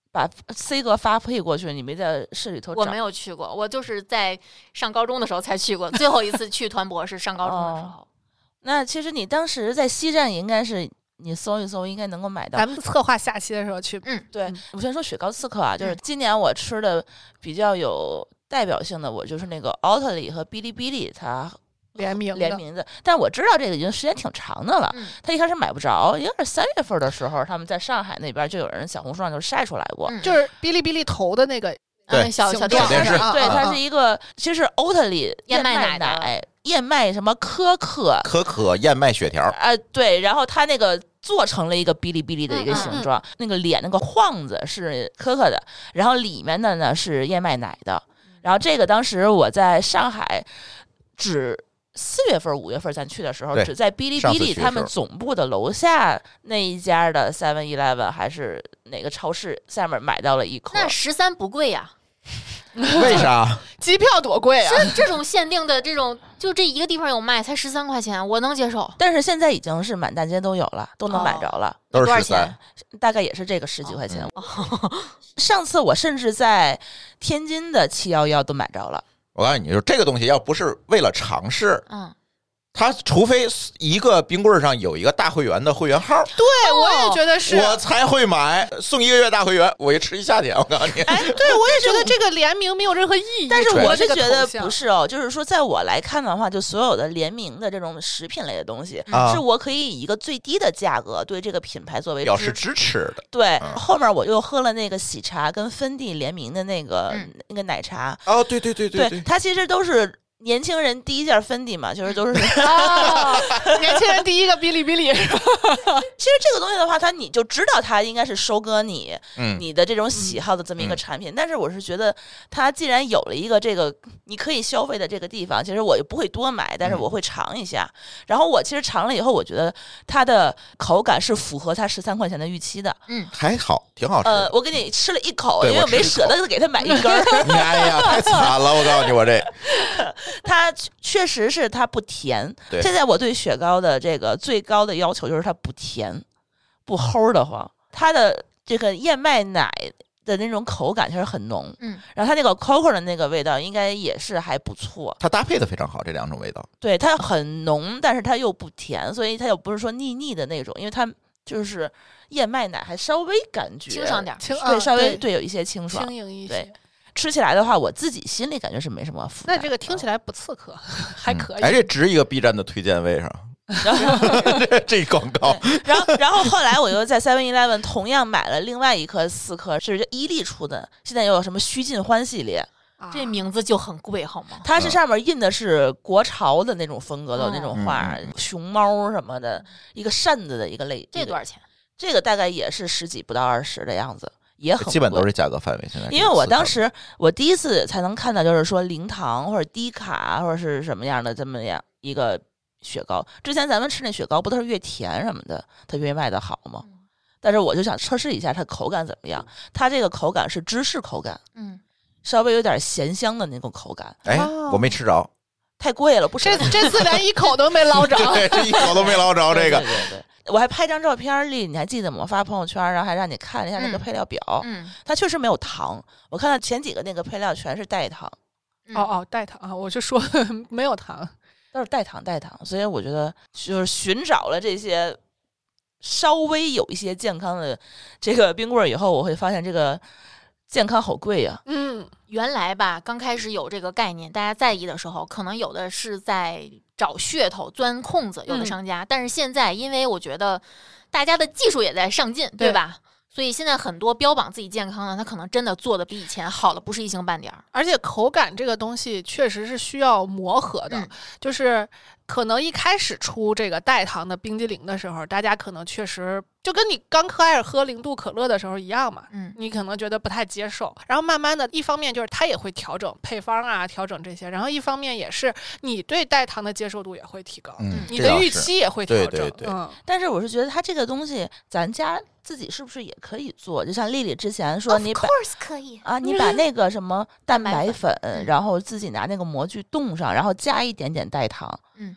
S5: 把 C 格发配过去，你没在市里头找？
S2: 我没有去过，我就是在上高中的时候才去过，最后一次去团博是上高中的时候。
S5: 哦、那其实你当时在西站应该是你搜一搜，应该能够买到。
S3: 咱们策划下期的时候去。
S2: 嗯，
S5: 对，
S3: 嗯、
S5: 我先说雪糕刺客啊，就是今年我吃的比较有代表性的，我就是那个奥特利和哔哩哔哩它。
S3: 联名
S5: 联名的，但我知道这个已经时间挺长的了。
S2: 嗯、
S5: 他一开始买不着，应该是三月份的时候，他们在上海那边就有人小红书上就晒出来过，
S2: 嗯、
S3: 就是哔哩哔哩投的那个
S4: 对
S2: 小小
S3: 电
S4: 视，
S5: 对，它是一个其实奥特利
S2: 燕麦
S5: 奶
S2: 奶、
S5: 燕麦什么可可、
S4: 可可燕麦血条，
S5: 啊、呃，对，然后它那个做成了一个哔哩哔哩的一个形状，
S2: 嗯、
S5: 那个脸那个框子是可可的，然后里面的呢是燕麦奶的，然后这个当时我在上海只。四月份、五月份咱去的时候，只在哔哩哔哩他们总部的楼下那一家的 Seven Eleven 还是哪个超市下面买到了一颗。
S2: 那十三不贵呀、
S4: 啊？为啥？
S3: 机票多贵啊！
S2: 这这种限定的这种，就这一个地方有卖，才十三块钱，我能接受。
S5: 但是现在已经是满大街都有了，都能买着了。
S4: 都是
S2: 多少钱？
S5: 大概也是这个十几块钱。
S2: 哦、
S5: 上次我甚至在天津的七一一都买着了。
S4: 我告诉你，就这个东西，要不是为了尝试，
S2: 嗯，
S4: 它除非一个冰棍上有一个大会员的会员号，
S3: 对，我也觉得是，
S4: 我才会买，送一个月大会员，我一吃一夏天。我告诉你，
S3: 哎，对，我也觉得这个联名没有任何意义。
S5: 但是我是觉得
S3: 不
S5: 不是哦，就是说，在我来看的话，就所有的联名的这种食品类的东西，
S4: 啊、
S5: 是我可以以一个最低的价格对这个品牌作为
S4: 表示支持的。
S5: 对，
S4: 嗯、
S5: 后面我又喝了那个喜茶跟芬蒂联名的那个、嗯、那个奶茶。
S4: 哦，对对对对
S5: 对，它其实都是。年轻人第一件芬迪嘛，就是都是
S3: 哦，年轻人第一个哔哩哔哩。
S5: 其实这个东西的话，它你就知道它应该是收割你、
S4: 嗯、
S5: 你的这种喜好的这么一个产品。嗯、但是我是觉得，它既然有了一个这个你可以消费的这个地方，其实我也不会多买，但是我会尝一下。嗯、然后我其实尝了以后，我觉得它的口感是符合它十三块钱的预期的。
S2: 嗯，
S4: 还好，挺好吃。
S5: 呃，我给你吃了一口，因为我没舍得给他买一根儿。
S4: 哎呀，太惨了！我告诉你，我这。
S5: 它确实是它不甜。
S4: 对，
S5: 现在我对雪糕的这个最高的要求就是它不甜，不齁的慌。它的这个燕麦奶的那种口感其实很浓，
S2: 嗯，
S5: 然后它那个 coco 的那个味道应该也是还不错。
S4: 它搭配的非常好，这两种味道。
S5: 对，它很浓，但是它又不甜，所以它又不是说腻腻的那种，因为它就是燕麦奶还稍微感觉
S2: 清爽点，
S3: 清
S5: 对，稍微
S3: 对,
S5: 对有一些清爽，
S3: 轻盈一些。
S5: 对。吃起来的话，我自己心里感觉是没什么负担。
S3: 那这个听起来不刺客，还可以。
S4: 哎，这值一个 B 站的推荐位上。这, 这广告。
S5: 然后，然后后来我又在 Seven Eleven 同样买了另外一颗四颗，是伊利出的，现在又有什么须尽欢系列，
S3: 啊、
S2: 这名字就很贵，好吗？
S5: 它是上面印的是国潮的那种风格的那种画，
S4: 嗯、
S5: 熊猫什么的，一个扇子的一个类。
S2: 这多少钱？
S5: 这个大概也是十几不到二十的样子。也很
S4: 基本都是价格范围。现在
S5: 因为我当时我第一次才能看到，就是说零糖或者低卡或者是什么样的这么样一个雪糕。之前咱们吃那雪糕不都是越甜什么的它越卖的好吗？但是我就想测试一下它口感怎么样。它这个口感是芝士口感，
S2: 嗯，
S5: 稍微有点咸香的那种口感。
S4: 哎，
S3: 哦、
S4: 我没吃着，
S5: 太贵了，不
S3: 这这次连一口都没捞着。
S4: 对，这一口都没捞着。这个，
S5: 对对对对。我还拍张照片，丽，你还记得吗？我发朋友圈，然后还让你看了一下那个配料表。
S2: 嗯，
S5: 它确实没有糖。我看到前几个那个配料全是代糖。
S2: 嗯、
S3: 哦哦，代糖啊！我就说没有糖，
S5: 都是代糖代糖。所以我觉得就是寻找了这些稍微有一些健康的这个冰棍以后，我会发现这个健康好贵呀、啊。
S3: 嗯，
S2: 原来吧，刚开始有这个概念，大家在意的时候，可能有的是在找噱头、钻空子，有的商家。嗯、但是现在，因为我觉得大家的技术也在上进，对吧？所以现在很多标榜自己健康的，他可能真的做的比以前好了，不是一星半点儿。
S3: 而且口感这个东西确实是需要磨合的，
S2: 嗯、
S3: 就是可能一开始出这个代糖的冰激凌的时候，大家可能确实就跟你刚开始喝零度可乐的时候一样嘛，
S2: 嗯，
S3: 你可能觉得不太接受。然后慢慢的，一方面就是它也会调整配方啊，调整这些，然后一方面也是你对代糖的接受度也会提高，
S4: 嗯，
S3: 你的预期也会调整。
S4: 对对对。
S3: 嗯，
S5: 但是我是觉得它这个东西，咱家自己是不是也可以做？就像丽丽之前说，你把
S2: Of course 可以
S5: 啊，你把那个什么蛋白粉，
S2: 嗯、
S5: 然后自己拿那个模具冻上，然后加一点点代糖，
S2: 嗯，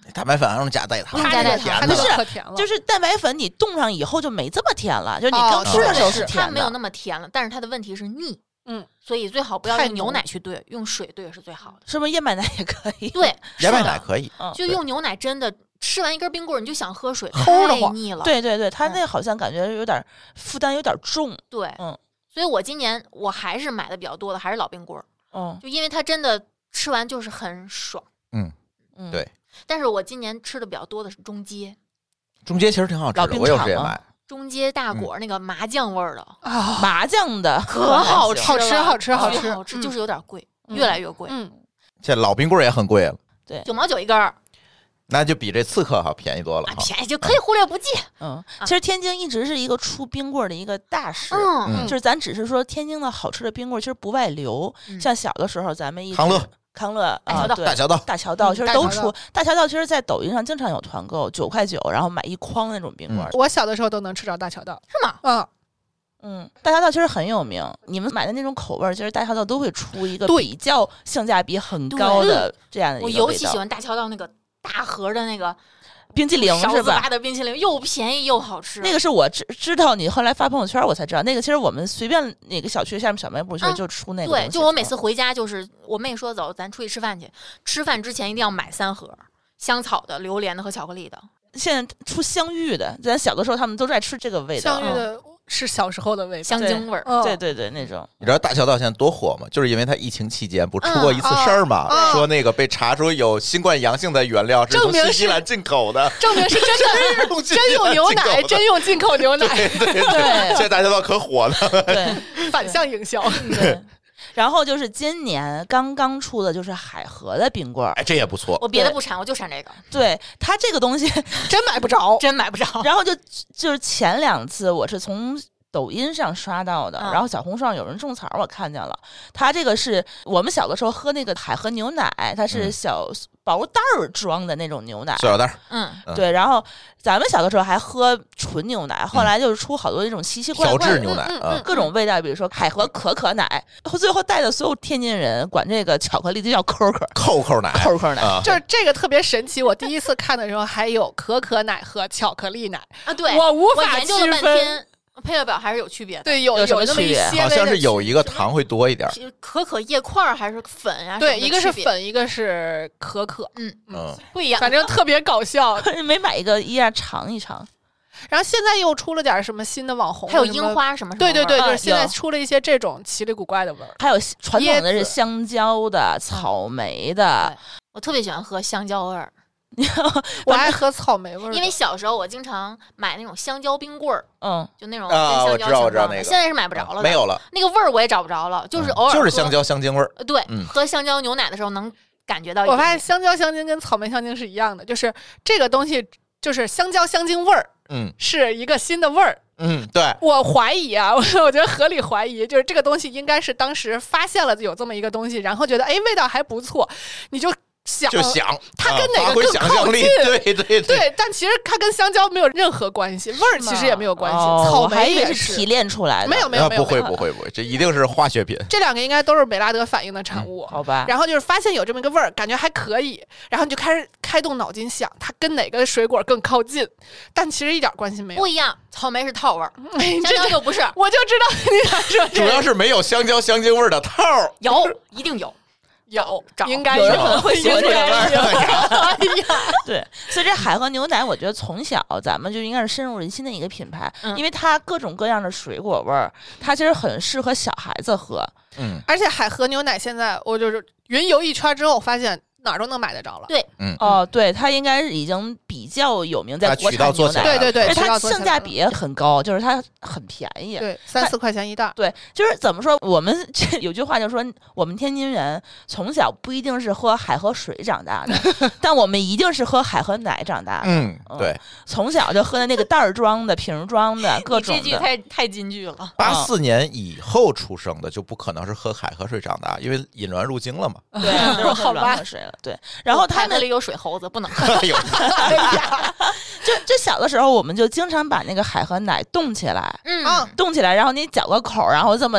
S4: 蛋白粉还用加代糖，
S2: 用加代糖
S3: 它那
S5: 不是
S3: 个可甜了，
S5: 就是蛋白粉你冻上以后就没这么甜了，就是你
S3: 哦
S5: 刚吃的时候
S3: 是
S5: 甜的。
S2: 它没有那么甜了，但是它的问题是腻。
S3: 嗯，
S2: 所以最好不要用牛
S3: 太浓
S2: 奶去兑，用水兑是最好的。
S5: 是不是燕麦奶也可以？
S2: 对，
S4: 燕麦
S2: 是的
S4: 奶可以。
S5: 嗯，
S2: 就用牛奶真的吃完一根冰棍儿你就想喝水，
S3: 齁得慌
S2: 太腻了。
S5: 对对对，它那好像感觉有点负担有点重。
S2: 对，
S5: 嗯，
S2: 所以我今年我还是买的比较多的还是老冰棍儿，
S5: 嗯
S2: 就因为它真的吃完就是很爽。
S5: 嗯，
S4: 对
S2: 但是我今年吃的比较多的是中街，
S4: 中街其实挺好吃的，
S5: 老冰
S4: 我有
S5: 场吗
S4: 时也买。
S2: 中街大果儿那个麻酱味儿的，
S3: 啊，
S5: 麻酱的
S2: 可好吃
S3: 好吃
S2: 了
S3: 好吃好
S2: 巨
S3: 吃
S2: 好吃，
S3: 嗯
S2: 就是有点贵，
S5: 嗯
S2: 越来越贵，
S3: 嗯，
S4: 现在老冰棍儿也很贵了，
S2: 九毛九一根儿，
S4: 那就比这刺客好便宜多了
S2: 啊，
S4: 哈。
S2: 便宜就可以忽略不计。
S5: 嗯，其实天津一直是一个出冰棍儿的一个大市。
S2: 嗯，
S5: 就是咱只是说天津的好吃的冰棍儿，其实不外流。
S2: 嗯
S5: 像小的时候，咱们一直
S4: 康乐、
S5: 康乐、
S2: 大桥道
S5: 啊对
S4: 大桥道
S5: 大桥道，
S3: 嗯
S5: 其实都
S3: 大桥道
S5: 出。大桥道其实，在抖音上经常有团购，九块九，然后买一筐那种冰棍儿。
S3: 我小的时候都能吃着大桥道，
S2: 是吗？
S3: 嗯，
S5: 嗯，大桥道其实很有名，你们买的那种口味儿，其实大桥道都会出一个
S3: 对
S5: 比较性价比很高的这样的一个
S2: 我
S5: 味道。
S2: 尤其喜欢大桥道那个大盒的那个
S5: 冰激凌是吧
S2: 勺子扒？的冰淇淋，又便宜又好吃。
S5: 那个是我知知道，你后来发朋友圈我才知道，那个其实我们随便哪个小区下面小卖部其实
S2: 嗯
S5: 就出那个东西。
S2: 对，就我每次回家，就是我妹说走，咱出去吃饭去，吃饭之前一定要买三盒香草的、榴莲的和巧克力的。
S5: 现在出香芋的，咱小的时候他们都在吃这个味道。
S3: 香芋的是小时候的味道，
S2: 香精味儿。
S3: 嗯
S5: 对对对，那种
S4: 你知道大桥道现在多火吗？就是因为它疫情期间不出过一次事儿嘛，
S3: 嗯哦
S4: 说那个被查出有新冠阳性的原料是从
S3: 证明是
S4: 新西兰进口的，
S3: 证明是真的，
S4: 用
S3: 真用牛奶，真用进口牛奶，
S4: 对对对，
S5: 对
S4: 现在大桥道可火了。
S5: 对
S3: 反向营销。
S5: 对。然后就是今年刚刚出的就是海河的冰棍儿，
S4: 哎，这也不错。
S2: 我别的不馋，我就馋这个，
S5: 对它这个东西，
S3: 真买不着，
S2: 真买不着。
S5: 然后就就是前两次我是从抖音上刷到的，
S2: 嗯
S5: 然后小红书上有人种草，我看见了。它这个是我们小的时候喝那个海河牛奶，它是
S4: 嗯
S5: 小薄袋儿装的那种牛奶，
S4: 塑料袋儿，
S2: 嗯，
S4: 嗯
S5: 对。然后咱们小的时候还喝纯牛奶，后来就是出好多那种奇奇怪
S4: 调
S5: 怪的
S4: 制牛奶啊
S3: 嗯嗯嗯，
S5: 各种味道，比如说海河可可奶，最后带的所有天津人管这个巧克力就叫可可
S4: 扣扣奶，
S5: 扣扣奶。
S4: 啊，
S3: 就是这个特别神奇。我第一次看的时候还有可可奶和巧克力奶，
S2: 啊，对，
S3: 我无法
S2: 我研究了
S3: 区分。
S2: 半天，配料表还是有区别的。
S3: 对，有
S5: 有什么
S3: 有那么一
S5: 区别
S3: 些
S4: 好像是有
S3: 微的
S4: 一个糖会多一点儿。
S2: 是可可叶块儿还是粉啊？
S3: 区别，对，
S2: 什么的
S3: 一个是
S2: 区别，
S3: 粉，一个是可可，
S2: 嗯，
S4: 嗯，
S2: 不一样。
S3: 反正特别搞笑。
S5: 没买一个一样尝一尝。
S3: 然后现在又出了点什么新的网红，
S2: 还有
S3: 什么
S2: 樱。花什么什么
S3: 对对对，
S2: 味儿
S3: 就是现在
S5: 有
S3: 出了一些这种奇里古怪的味儿。
S5: 还有传统的是
S3: 椰子
S5: 香蕉的、草莓的，
S2: 我特别喜欢喝香蕉味儿，
S3: 我爱喝草莓味儿的，
S2: 因为小时候我经常买那种香蕉冰棍儿，
S5: 嗯，
S2: 就那种
S4: 啊
S2: 跟香蕉
S4: 我知道我
S2: 形状的，
S4: 知道那个
S2: 现在是买不着了的，
S4: 没有了，
S2: 那个味儿我也找不着了，就是偶尔喝
S4: 就是香。蕉香精味儿。
S2: 呃对
S4: 嗯，
S2: 喝香蕉牛奶的时候能感觉到一点点。
S3: 我发现香蕉香精跟草莓香精是一样的，就是这个东西就是香蕉香精味儿
S4: 嗯
S3: 是一个新的味儿。
S4: 嗯，对，
S3: 我怀疑啊，我我觉得合理怀疑，就是这个东西应该是当时发现了有这么一个东西，然后觉得哎味道还不错，你就想
S4: 就想
S3: 它跟
S4: 啊发挥
S3: 哪个更
S4: 想象力，
S3: 靠近
S4: 对对对，
S3: 对，但其实它跟香蕉没有任何关系，味儿其实也没有关系，
S5: 哦
S3: 草
S5: 我还以为
S3: 莓也
S5: 是提炼出来的，
S3: 没有没有
S4: 啊不会
S3: 没有没有
S4: 不会不会，这一定是化学品。
S3: 这两个应该都是美拉德反应的产物。
S5: 好吧？
S3: 然后就是发现有这么一个味儿，感觉还可以，然后你就开始开动脑筋想它跟哪个水果更靠近，但其实一点关系没有
S2: 不。一样，草莓是套味儿，
S3: 哎，
S2: 香
S3: 这
S2: 蕉就不是，
S3: 我就知道你想说这个
S4: 主要是没有香蕉香精味儿的套儿。
S2: 有一定有。
S3: 有
S2: 找
S3: 应该
S5: 有人可能会喜欢这个味儿
S3: 应该有哎呀，
S5: 对，所以这海河牛奶，我觉得从小咱们就应该是深入人心的一个品牌，
S2: 嗯
S5: 因为它各种各样的水果味儿，它其实很适合小孩子喝。
S4: 嗯
S3: 而且海河牛奶现在我就是云游一圈之后，发现哪儿都能买得着了。
S2: 对
S4: 嗯，
S5: 哦，对，它应该是已经比较有名，在
S4: 它
S5: 国
S4: 渠道做起来
S5: 产牛奶，
S3: 对对对，
S5: 而且它
S3: 渠道做起来了
S5: 性价比也很高，就是它很便宜。
S3: 对三四块钱一袋儿。
S5: 对，就是怎么说，我们这有句话就说，我们天津人从小不一定是喝海河水长大的，但我们一定是喝海河奶长大的。
S4: 嗯，对，
S5: 从小就喝的那个袋儿装的、瓶儿装的各
S2: 你这句
S5: 种的。
S2: 太太金句了。
S4: 八四年以后出生的就不可能是喝海河水长大，因为引卵入经了嘛。
S5: 对，就是喝
S3: 好吧
S5: 软河水了。对，然后他们
S2: 海河里有水猴子，不能喝。
S4: 哎呦，
S3: 哎呀，
S5: 就就小的时候，我们就经常把那个海河奶冻起来，
S2: 嗯
S3: 啊，
S5: 冻起来，然后你搅个口儿，然后这么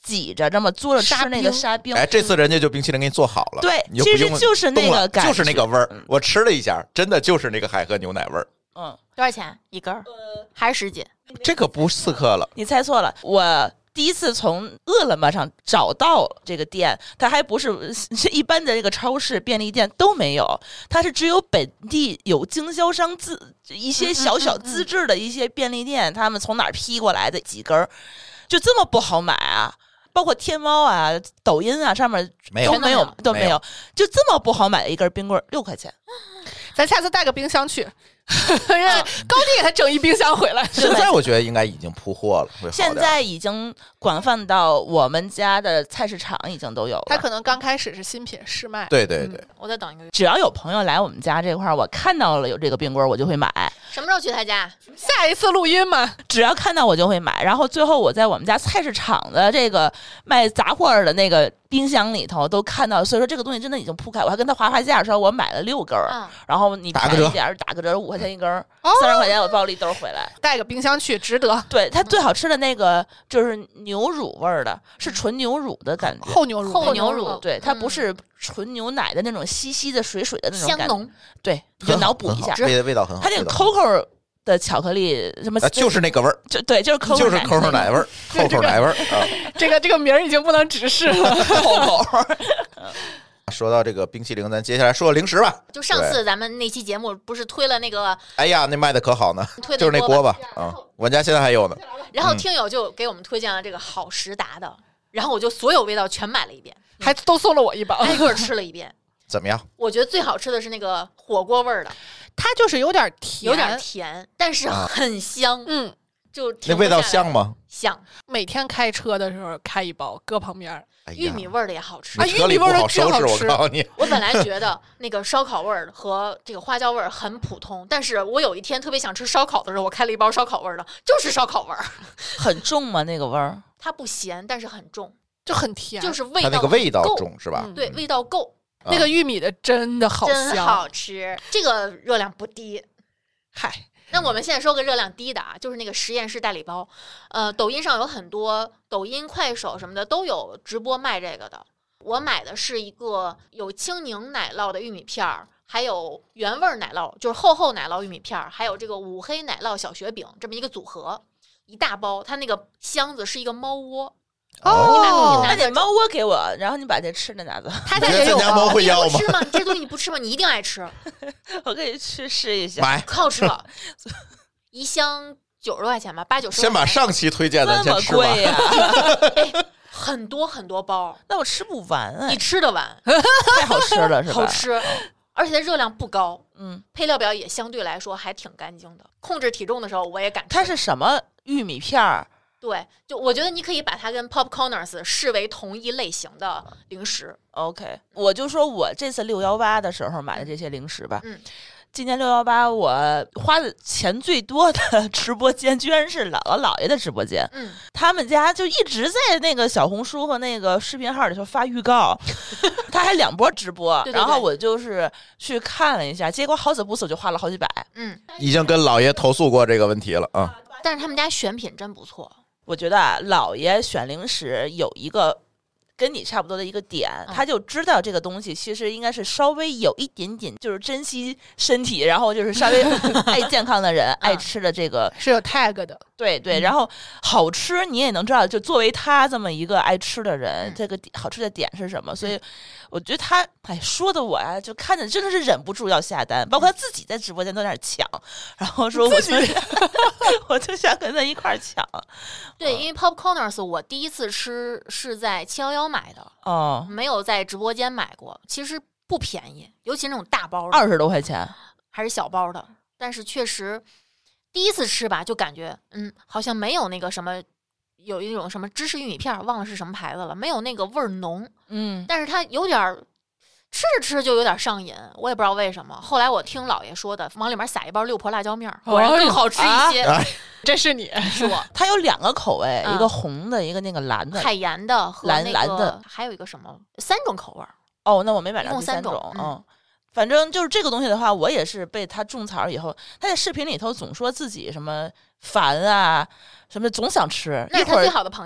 S5: 挤着这么嘬着吃那个沙冰。
S4: 哎，这次人家就冰淇淋给你做好了，
S5: 对，
S4: 你就不用
S5: 其实就是那个感觉，
S4: 就是那个味儿。我吃了一下，真的就是那个海河牛奶味儿。
S5: 嗯，
S2: 多少钱一根儿？还是十几？
S4: 这可不四克了，
S5: 你猜错了，我。第一次从饿了么上找到这个店，它还不是一般的这个超市、便利店都没有，它是只有本地有经销商自一些小小自制的一些便利店，他们从哪儿批过来的几根儿，就这么不好买啊！包括天猫啊、抖音啊上面都没有都没有，就这么不好买的一根冰棍六块钱。
S3: 咱下次带个冰箱去。高低给他整一冰箱回来。
S4: 现在我觉得应该已经铺货了，会好点。
S5: 现在已经广泛到我们家的菜市场已经都有了。
S3: 他可能刚开始是新品试卖。
S4: 对对对、嗯，
S2: 我再等一个月。
S5: 只要有朋友来我们家这块儿，我看到了有这个冰棍，我就会买。
S2: 什么时候去他家？
S3: 下一次录音嘛。
S5: 只要看到我就会买。然后最后我在我们家菜市场的这个卖杂货的那个冰箱里头都看到，所以说这个东西真的已经铺开。我还跟他划划价，说我买了六根儿、嗯，然后你便宜点打个折，五块钱一根儿，三十块钱我包了一兜回来，
S3: 带个冰箱去值得。
S5: 对，它最好吃的那个就是牛乳味儿的，是纯牛乳的感觉，
S3: 厚牛乳，
S2: 厚牛乳，
S5: 对，它不是纯牛奶的那种稀稀的水水的那种感觉，
S2: 香浓，
S5: 对，你就脑补一下，
S4: 味味道很好。
S5: 它那个 Coco 的巧克力什么、
S4: 啊，就是那个味儿，
S5: 就对，就是 Coco
S4: 就是 Coco 奶味儿，厚口奶味儿啊。
S3: 这个这个名儿已经不能直视了，
S5: 厚口。
S4: 说到这个冰淇淋，咱接下来说零食吧。
S2: 就上次咱们那期节目不是推了那个，
S4: 哎呀，那卖的可好呢，
S2: 推
S4: 就是那锅巴啊，我家现在还有呢。
S2: 然后听友就给我们推荐了这个好时达的，然后我就所有味道全买了一遍，
S3: 还都送了我一包，
S2: 挨个吃了一遍。
S4: 怎么样？
S2: 我觉得最好吃的是那个火锅味儿的，
S3: 它就是有点甜，
S2: 有点甜，但是很香。
S3: 嗯，
S2: 就
S4: 那味道香吗？
S2: 香。
S3: 每天开车的时候开一包，搁旁边。
S4: 哎、
S2: 玉米味儿的也好吃
S3: 啊，
S4: 车里不好收拾，我告诉你。
S2: 我本来觉得那个烧烤味儿和这个花椒味儿很普通，但是我有一天特别想吃烧烤的时候，我开了一包烧烤味儿的，就是烧烤味儿。
S5: 很重吗？那个味儿？
S2: 它不咸，但是很重，
S3: 就很甜，
S2: 就是味道
S4: 它那个味道重是吧？
S2: 嗯、对，味道够。
S4: 啊、
S3: 那个玉米的真的好香，
S2: 真好吃，这个热量不低。
S3: 嗨。
S2: 那我们现在说个热量低的啊，就是那个实验室代理包，呃，抖音上有很多，抖音、快手什么的都有直播卖这个的。我买的是一个有青柠奶酪的玉米片儿，还有原味奶酪，就是厚厚奶酪玉米片儿，还有这个五黑奶酪小雪饼，这么一个组合，一大包。它那个箱子是一个猫窝。
S3: 哦，
S5: 那得猫窝给我，然后你把这吃的拿走。
S3: 他家也有
S4: 猫会要吗？
S2: 你不吃吗？这东西你不吃吗？你一定爱吃。
S5: 我可以去试一下，
S4: 买
S2: 可好吃了，一箱九十多块钱吧，八九十。
S4: 先把上期推荐的先吃吧。
S5: 这么贵呀、
S2: 哎？很多很多包，
S5: 那我吃不完啊！
S2: 你吃得完，
S5: 太好吃了，是吧？
S2: 好吃，而且它热量不高，
S5: 嗯，
S2: 配料表也相对来说还挺干净的。控制体重的时候我也敢吃。
S5: 它是什么玉米片儿？
S2: 对，就我觉得你可以把它跟 Popcorners 视为同一类型的零食。
S5: OK， 我就说我这次六幺八的时候买的这些零食吧。
S2: 嗯，
S5: 今年六幺八我花的钱最多的直播间居然是姥姥姥爷的直播间。
S2: 嗯，
S5: 他们家就一直在那个小红书和那个视频号里头发预告，他还两波直播，
S2: 对对对，
S5: 然后我就是去看了一下，结果好死不死就花了好几百。
S2: 嗯，
S4: 已经跟姥爷投诉过这个问题了啊。
S2: 但是他们家选品真不错。
S5: 我觉得啊，姥爷选零食有一个跟你差不多的一个点，
S2: 嗯、
S5: 他就知道这个东西其实应该是稍微有一点点，就是珍惜身体，然后就是稍微爱健康的人、嗯、爱吃的这个
S3: 是有 tag 的，
S5: 对对，然后好吃你也能知道，就作为他这么一个爱吃的人，嗯、这个好吃的点是什么？所以我觉得他哎说的我呀，就看着真的是忍不住要下单，包括他自己在直播间都在那抢，然后说我就我就想跟他一块儿抢。
S2: 对，因为 Popcorners 我第一次吃是在七幺幺买的，
S5: 哦，
S2: 没有在直播间买过。其实不便宜，尤其那种大包的，
S5: 二十多块钱，
S2: 还是小包的。但是确实第一次吃吧，就感觉嗯，好像没有那个什么，有一种什么芝士玉米片，忘了是什么牌子了，没有那个味儿浓。
S5: 嗯，
S2: 但是它有点儿。吃着吃着就有点上瘾，我也不知道为什么。后来我听姥爷说的，往里面撒一包六婆辣椒面，果然更好吃一些。
S3: 啊、这是你
S2: 是我。
S5: 它有两个口味，
S2: 嗯、
S5: 一个红的，一个那个蓝的，
S2: 海盐的和
S5: 蓝
S2: 那个
S5: 蓝的，
S2: 还有一个什么三种口味。
S5: 哦，那我没买着第
S2: 三
S5: 种。
S2: 种
S5: 嗯，反正就是这个东西的话，我也是被他种草以后，他在视频里头总说自己什么烦啊，什么总想吃。
S2: 那是他最好的朋友。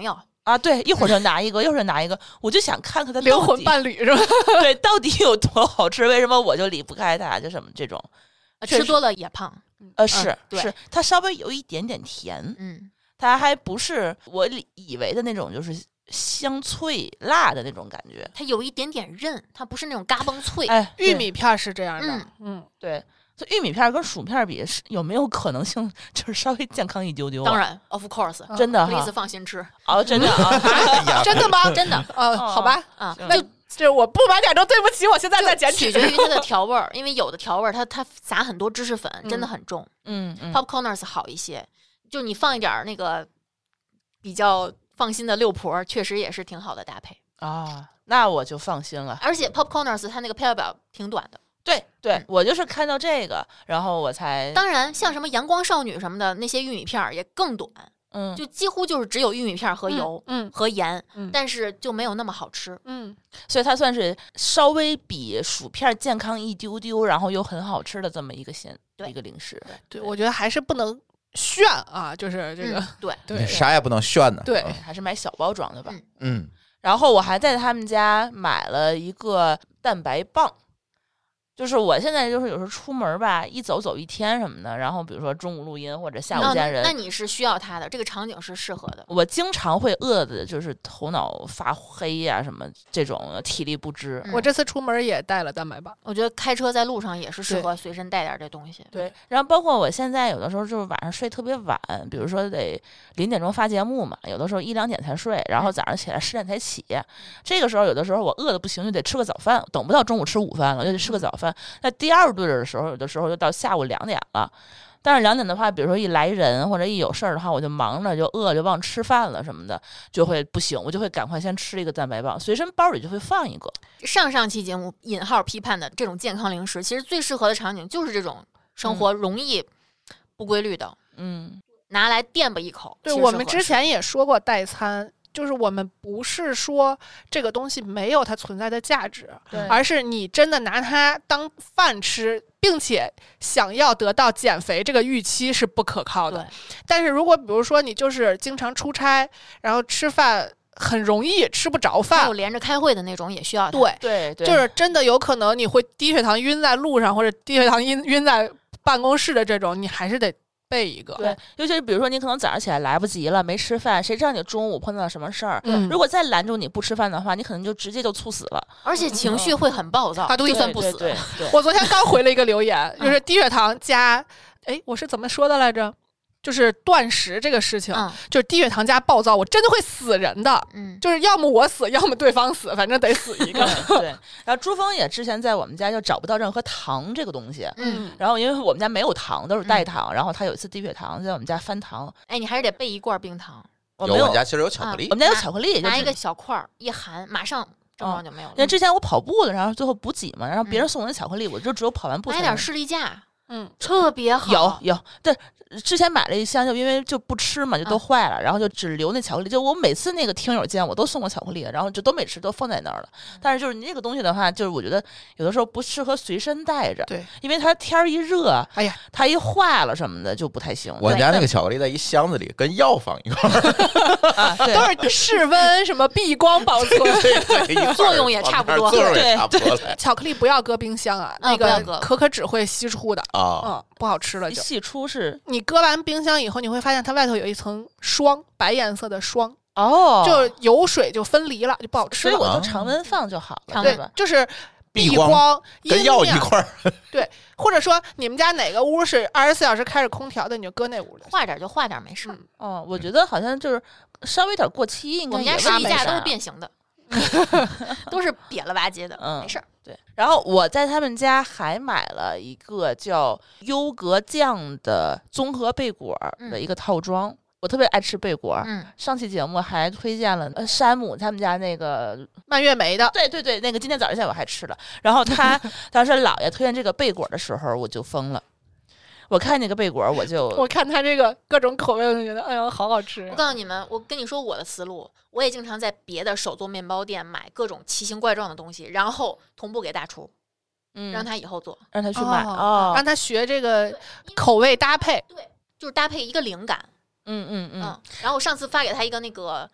S5: 啊，对，一会儿就拿一个，一会儿就拿一个，我就想看看它
S3: 灵魂伴侣是吧？
S5: 对，到底有多好吃？为什么我就离不开它？就什么这种，
S2: 吃多了也胖。
S5: 呃，是、
S2: 嗯、对
S5: 是，它稍微有一点点甜，
S2: 嗯，
S5: 它还不是我以为的那种，就是香脆辣的那种感觉，
S2: 它有一点点韧，它不是那种嘎嘣脆。
S5: 哎，
S3: 玉米片是这样的，
S2: 嗯
S3: 嗯，
S5: 对。所以玉米片跟薯片比，是有没有可能性就是稍微健康一丢丢、啊？
S2: 当然 ，of course，、
S3: 啊、
S5: 真的哈，
S2: 丽丝放心吃。
S5: 哦，真的啊，
S3: 真的吗？
S2: 真的
S3: 呃，好吧，
S2: 啊，
S3: 那这我不买点都对不起，我现在在减
S2: 取决于它的调味儿，因为有的调味儿它它撒很多芝士粉，真的很重。
S5: 嗯嗯
S2: ，Popcorners 好一些，就你放一点那个比较放心的六婆，确实也是挺好的搭配
S5: 啊。那我就放心了。
S2: 而且 Popcorners 它那个配料表挺短的。
S5: 对对、嗯，我就是看到这个，然后我才。
S2: 当然，像什么阳光少女什么的那些玉米片儿也更短，
S5: 嗯，
S2: 就几乎就是只有玉米片和油，
S3: 嗯，
S2: 和盐，
S3: 嗯，
S2: 但是就没有那么好吃，
S3: 嗯，
S5: 所以它算是稍微比薯片健康一丢丢，然后又很好吃的这么一个鲜一个零食。
S3: 对，我觉得还是不能炫啊，就是这个，
S2: 嗯、对
S3: 对，
S4: 啥也不能炫呢，
S3: 对，
S5: 还是买小包装的吧。
S4: 嗯，
S5: 然后我还在他们家买了一个蛋白棒。就是我现在就是有时候出门吧，一走走一天什么的，然后比如说中午录音或者下午见人、
S2: 哦，那你是需要它的，这个场景是适合的。
S5: 我经常会饿的，就是头脑发黑呀、啊，什么这种体力不支、
S3: 嗯。我这次出门也带了蛋白棒，
S2: 我觉得开车在路上也是适合随身带点这东西。
S5: 对，然后包括我现在有的时候就是晚上睡特别晚，比如说得零点钟发节目嘛，有的时候一两点才睡，然后早上起来十点才起，这个时候有的时候我饿的不行，就得吃个早饭，等不到中午吃午饭了，就得吃个早饭。那第二顿的时候，有的时候就到下午两点了。但是两点的话，比如说一来人或者一有事儿的话，我就忙着就饿就忘吃饭了什么的，就会不行，我就会赶快先吃一个蛋白棒，随身包里就会放一个。
S2: 上上期节目引号批判的这种健康零食，其实最适合的场景就是这种生活容易不规律的，
S5: 嗯，
S2: 拿来垫吧一口。
S3: 对，我们之前也说过代餐。就是我们不是说这个东西没有它存在的价值，而是你真的拿它当饭吃，并且想要得到减肥这个预期是不可靠的。但是如果比如说你就是经常出差，然后吃饭很容易吃不着饭，
S2: 有连着开会的那种也需要。
S3: 对
S5: 对对，
S3: 就是真的有可能你会低血糖晕在路上，或者低血糖晕晕在办公室的这种，你还是得备一个。
S5: 对，尤其是比如说你可能早上起来来不及了，没吃饭，谁知道你中午碰到什么事儿？
S3: 嗯，
S5: 如果再拦住你不吃饭的话，你可能就直接就猝死了，
S2: 而且情绪会很暴躁，
S3: 嗯、
S2: 就算不死。
S5: 对对对对
S3: 我昨天刚回了一个留言，就是低血糖加，哎，我是怎么说的来着？就是断食这个事情，
S2: 嗯、
S3: 就是低血糖加暴躁，我真的会死人的。
S2: 嗯，
S3: 就是要么我死，要么对方死，反正得死一个。
S5: 对, 对，然后朱峰也之前在我们家就找不到任何糖这个东西，
S2: 嗯，
S5: 然后因为我们家没有糖，都是代糖，嗯、然后他有一次低血糖，在我们家翻糖，
S2: 哎，你还是得备一罐冰糖。
S5: 我
S4: 有，我们家其实有巧克力，
S2: 啊、
S5: 我们家有巧克力，
S2: 拿一个小块一含，马上症状就没有了。
S5: 因为之前我跑步的，然后最后补给嘛，然后别人送我那巧克力，嗯、我就只有跑完步才
S2: 买点士力架。
S3: 嗯，
S2: 特别好。
S5: 有有，但之前买了一箱，就因为就不吃嘛，就都坏了，嗯、然后就只留那巧克力。就我每次那个听友见我都送过巧克力，然后就都没吃，都放在那儿了。但是就是你那个东西的话，就是我觉得有的时候不适合随身带着，
S3: 对，
S5: 因为它天儿一热，
S3: 哎呀，
S5: 它一坏了什么的就不太行。
S4: 我家那个巧克力在一箱子里，跟药放一块儿，
S5: 啊，
S3: 都是室温什么避光保存，
S2: 作用也差不多，
S4: 作用也差不多。
S3: 巧克力不要搁冰箱啊，
S2: 嗯、
S3: 那个可可脂会析出的
S4: 啊，
S3: 嗯，不好吃了就。
S5: 析出是
S3: 你搁完冰箱以后，你会发现它外头有一层霜，白颜色的霜。
S5: 哦，
S3: 就油水就分离了，就不好吃了。
S5: 所以我就常温放就好了，
S3: 对
S5: 吧？
S3: 就是
S4: 避
S3: 光
S4: 跟药一块儿。
S3: 对，或者说你们家哪个屋是二十四小时开着空调的，你就搁那屋里，
S2: 化点就化点，没事。
S3: 嗯、
S5: 哦，我觉得好像就是稍微有点过期，应该
S2: 我们家士力架都是变形的，都是瘪了吧唧的，
S5: 嗯，
S2: 没事。
S5: 对，然后我在他们家还买了一个叫优格酱的综合贝果的一个套装。嗯，我特别爱吃贝果，
S2: 嗯，
S5: 上期节目还推荐了呃山姆他们家那个
S3: 蔓越莓的，
S5: 对对对，那个今天早上下午还吃了。然后他当时姥爷推荐这个贝果的时候，我就疯了。我看那个贝果，我就
S3: 我看他这个各种口味，我就觉得哎呀，好好吃。
S2: 我告诉你们，我跟你说我的思路，我也经常在别的手做面包店买各种奇形怪状的东西，然后同步给大厨，
S5: 嗯，
S2: 让他以后做，
S5: 让他去买
S3: 哦，
S5: 哦
S3: 让他学这个口味搭配，
S2: 对，就是搭配一个灵感。
S5: 嗯嗯嗯
S2: 嗯，然后我上次发给他一个那个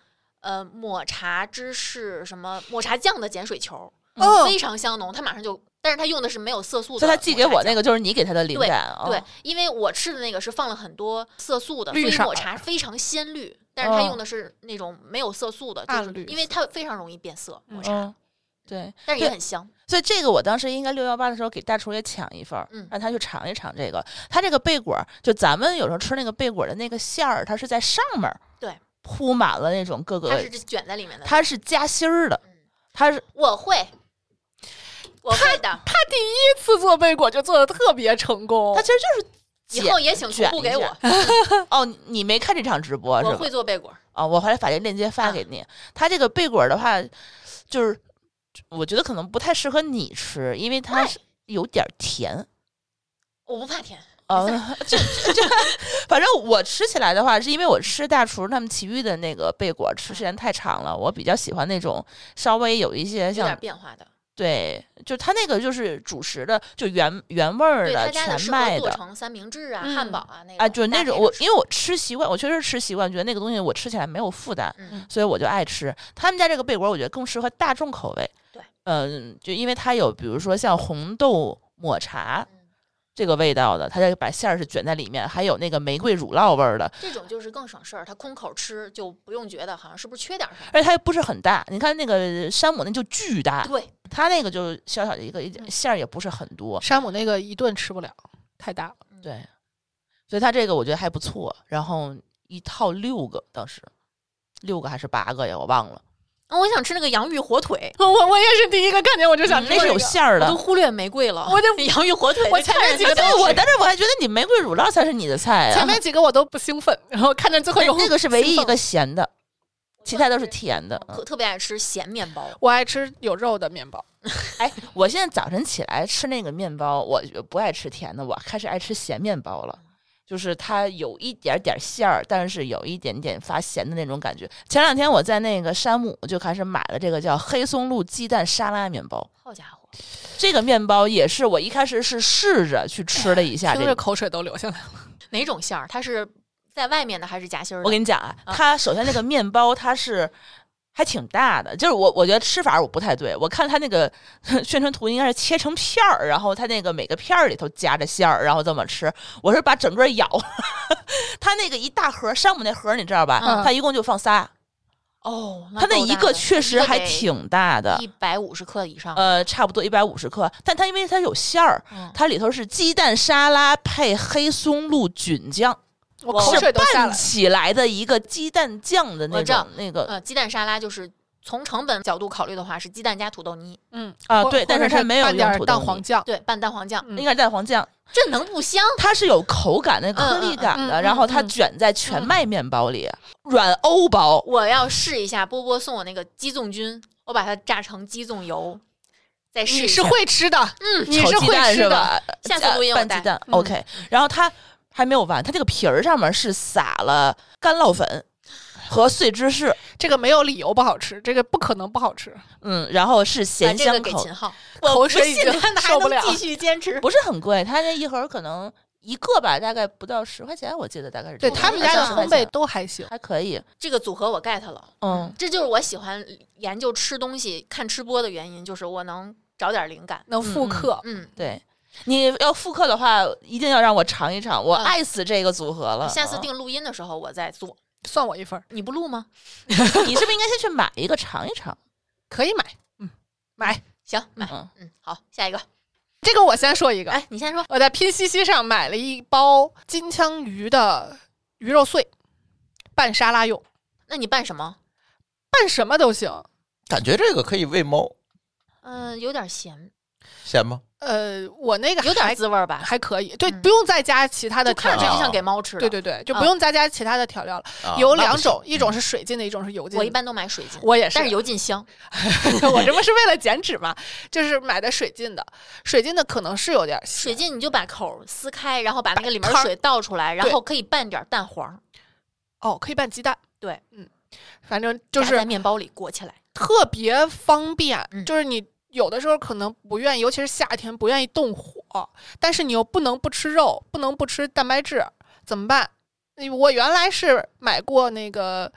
S2: 呃抹茶芝士什么抹茶酱的碱水球，
S3: 哦
S2: 非常香浓，它马上就，但是它用的是没有色素的，
S5: 所以他寄给我那个就是你给他的灵
S2: 对
S5: 感啊。
S2: 对，因为我吃的那个是放了很多色素的，所以
S3: 绿色
S2: 抹茶非常鲜绿，但是它用的是那种没有色素的，就是
S3: 暗绿色
S2: 因为它非常容易变色抹茶，
S5: 嗯，对，
S2: 但是也很香。
S5: 所以这个我当时应该六幺八的时候给大厨也抢一份儿，
S2: 嗯
S5: 让他去尝一尝这个。他这个贝果儿，就咱们有时候吃那个贝果儿的那个馅儿，它是在上面儿
S2: 对
S5: 铺满了那种各个，
S2: 它是卷在里面的，
S5: 它是夹心儿的
S2: 嗯，
S5: 它是
S2: 我会，我会的，
S3: 第一次做贝果就做的特别成功，
S5: 它其实就是
S2: 以后也请徒
S5: 卷一
S2: 步给我
S5: 下。哦，你没看这场直播是
S2: 我
S5: 吧？
S2: 会做贝果，
S5: 啊、我后来把这链接发给你。它这个贝果儿的话，就是我觉得可能不太适合你吃，因为它是有点儿甜。
S2: 我不怕甜。
S5: 呃，这这这，反正我吃起来的话，是因为我吃大厨他们奇遇的那个贝果吃时间太长了，我比较喜欢那种稍微有一些
S2: 有点
S5: 像
S2: 变化的，
S5: 对，就它那个就是主食的，就原原味儿
S2: 对他
S5: 的
S2: 家的适
S5: 全麦的
S2: 合做成三明治啊、
S3: 嗯
S2: 汉堡啊那种
S5: 啊，就是那种
S2: 搭配着吃
S5: 我因为我吃习惯，我确实吃习惯，觉得那个东西我吃起来没有负担，
S2: 嗯
S5: 所以我就爱吃。他们家这个贝果，我觉得更适合大众口味。
S2: 对，
S5: 嗯、就因为它有比如说像红豆抹茶。
S2: 嗯
S5: 这个味道的，它就把馅儿是卷在里面，还有那个玫瑰乳酪味儿的，
S2: 这种就是更省事儿，它空口吃就不用觉得好像是不是缺点什么。
S5: 而且它又不是很大。你看那个山姆那就巨大，
S2: 对，
S5: 它那个就小小的一个，一
S2: 嗯
S5: 馅儿也不是很多，
S3: 山姆那个一顿吃不了，太大了。
S5: 对，所以它这个我觉得还不错。然后一套六个，当时六个还是八个呀，我忘了。
S2: 啊我想吃那个洋芋火腿，
S3: 我我也是第一个看见我就想吃、
S5: 嗯那是有馅儿的
S2: 我都。忽略玫瑰了。
S3: 我就
S2: 洋芋火腿，
S3: 我前面几个
S5: 对，
S2: 看着就想吃
S5: 我但是我还觉得你玫瑰乳酪才是你的菜啊。
S3: 前面几个我都不兴奋，然后看见最后有
S5: 那个是唯一一
S3: 兴奋
S5: 个咸的，其他都是甜的。嗯
S2: 特特别爱吃咸面包，
S3: 我爱吃有肉的面包。
S5: 哎，我现在早晨起来吃那个面包，我不爱吃甜的，我开始爱吃咸面包了。就是它有一点点馅儿，但是有一点点发咸的那种感觉。前两天我在那个山姆就开始买了这个叫黑松露鸡蛋沙拉面包，
S2: 好家伙，
S5: 这个面包也是我一开始是试着去吃了一下这个。
S3: 听着口水都流下来了。
S2: 哪种馅儿？它是在外面的还是夹心儿的？
S5: 我跟你讲啊，
S2: 啊
S5: 它首先那个面包它是还挺大的，就是我我觉得吃法我不太对，我看它那个宣传图应该是切成片儿，然后它那个每个片儿里头夹着馅儿，然后这么吃。我是把整个咬，它那个一大盒山姆那盒你知道吧？
S3: 嗯
S5: 它一共就放仨，
S2: 哦，
S5: 它那一个确实还挺大的
S2: 一。百五十克以上。
S5: 呃，差不多一百五十克，但它因为它有馅儿，
S2: 嗯
S5: 它里头是鸡蛋沙拉配黑松露菌酱，
S3: 我口水都下
S5: 拌
S3: 来。
S5: 起来的一个鸡蛋酱的那
S2: 我知道
S5: 种那个
S2: 呃，鸡蛋沙拉就是从成本角度考虑的话，是鸡蛋加土豆泥，
S3: 嗯
S5: 啊，
S3: 或
S5: 对，但
S3: 或者
S5: 是它没有
S3: 拌点儿
S5: 用土豆泥
S3: 蛋黄酱。
S2: 对，拌蛋黄酱，
S3: 嗯
S5: 应该是蛋黄酱，
S2: 这能不香？
S5: 它是有口感、那颗粒感的，
S3: 嗯嗯嗯
S5: 然后它
S3: 嗯
S5: 卷在全麦面包里，软欧包。
S2: 我要试一下波波送我那个鸡枞菌，我把它榨成鸡枞油，再试一下。
S3: 你是会吃的，
S2: 嗯，
S3: 你是
S5: 炒鸡蛋
S3: 会吃的。
S5: 是吧？
S2: 下次录音我带
S5: 拌鸡蛋
S3: 嗯
S5: ，OK。然后它还没有完，它这个皮儿上面是撒了干酪粉和碎芝士，
S3: 这个没有理由不好吃，这个不可能不好吃。
S5: 嗯，然后是
S2: 把
S5: 咸
S2: 这个
S5: 香口，
S2: 给秦昊，
S3: 口
S2: 我不
S3: 水已经
S2: 信他还
S3: 受不了
S2: 能继续坚持。
S5: 不是很贵，它这一盒可能一个吧，大概不到十块钱，我记得大概是这个。
S3: 对他们家的
S5: 十块钱
S3: 烘焙都还行。
S5: 还可以，
S2: 这个组合我 get 了，
S5: 嗯，
S2: 这就是我喜欢研究吃东西、看吃播的原因，就是我能找点灵感。
S3: 能复刻，
S2: 嗯，
S5: 对。你要复刻的话，一定要让我尝一尝，我
S2: 嗯
S5: 爱死这个组合了。
S2: 下次
S5: 嗯
S2: 定录音的时候我再做。
S3: 算我一份儿，
S2: 你不录吗？
S5: 你是不是应该先去买一个尝一尝？
S3: 可以买。嗯，买
S2: 行，买。
S5: 嗯
S2: 嗯，好，下一个。
S3: 这个我先说一个。
S2: 哎，你先说。
S3: 我在拼夕夕上买了一包金枪鱼的鱼肉碎，拌沙拉用，
S2: 那你拌什么？
S3: 拌什么都行。
S4: 感觉这个可以喂猫，
S2: 嗯、有点咸，
S4: 咸吗？
S3: 呃，我那个
S2: 有点
S3: 还
S2: 滋味儿吧？
S3: 还可以，对，
S2: 嗯
S3: 不用再加其他的
S2: 就
S3: 调料。
S2: 看着就像给猫吃的。
S3: 对对对，就
S2: 啊
S3: 不用再加其他的调料了。
S4: 啊
S3: 有
S4: 那不行
S3: 两种，一种是水浸的，一种是油浸的。
S2: 我一般都买水浸，
S3: 我也是，
S2: 但是油浸香。
S3: 我这不是为了减脂嘛，就是买的水浸的，水浸的可能是有点咸
S2: 水浸你就把口撕开，然后把那个里面
S3: 把汤儿
S2: 的水倒出来，然后可以拌点蛋黄，
S3: 哦，可以拌鸡蛋。
S2: 对，
S3: 嗯，反正就
S2: 夹在
S3: 是
S2: 面包里裹起来。
S3: 特别方便，
S2: 嗯
S3: 就是你。有的时候可能不愿意，尤其是夏天不愿意动火，但是你又不能不吃肉，不能不吃蛋白质，怎么办？我原来是买过那个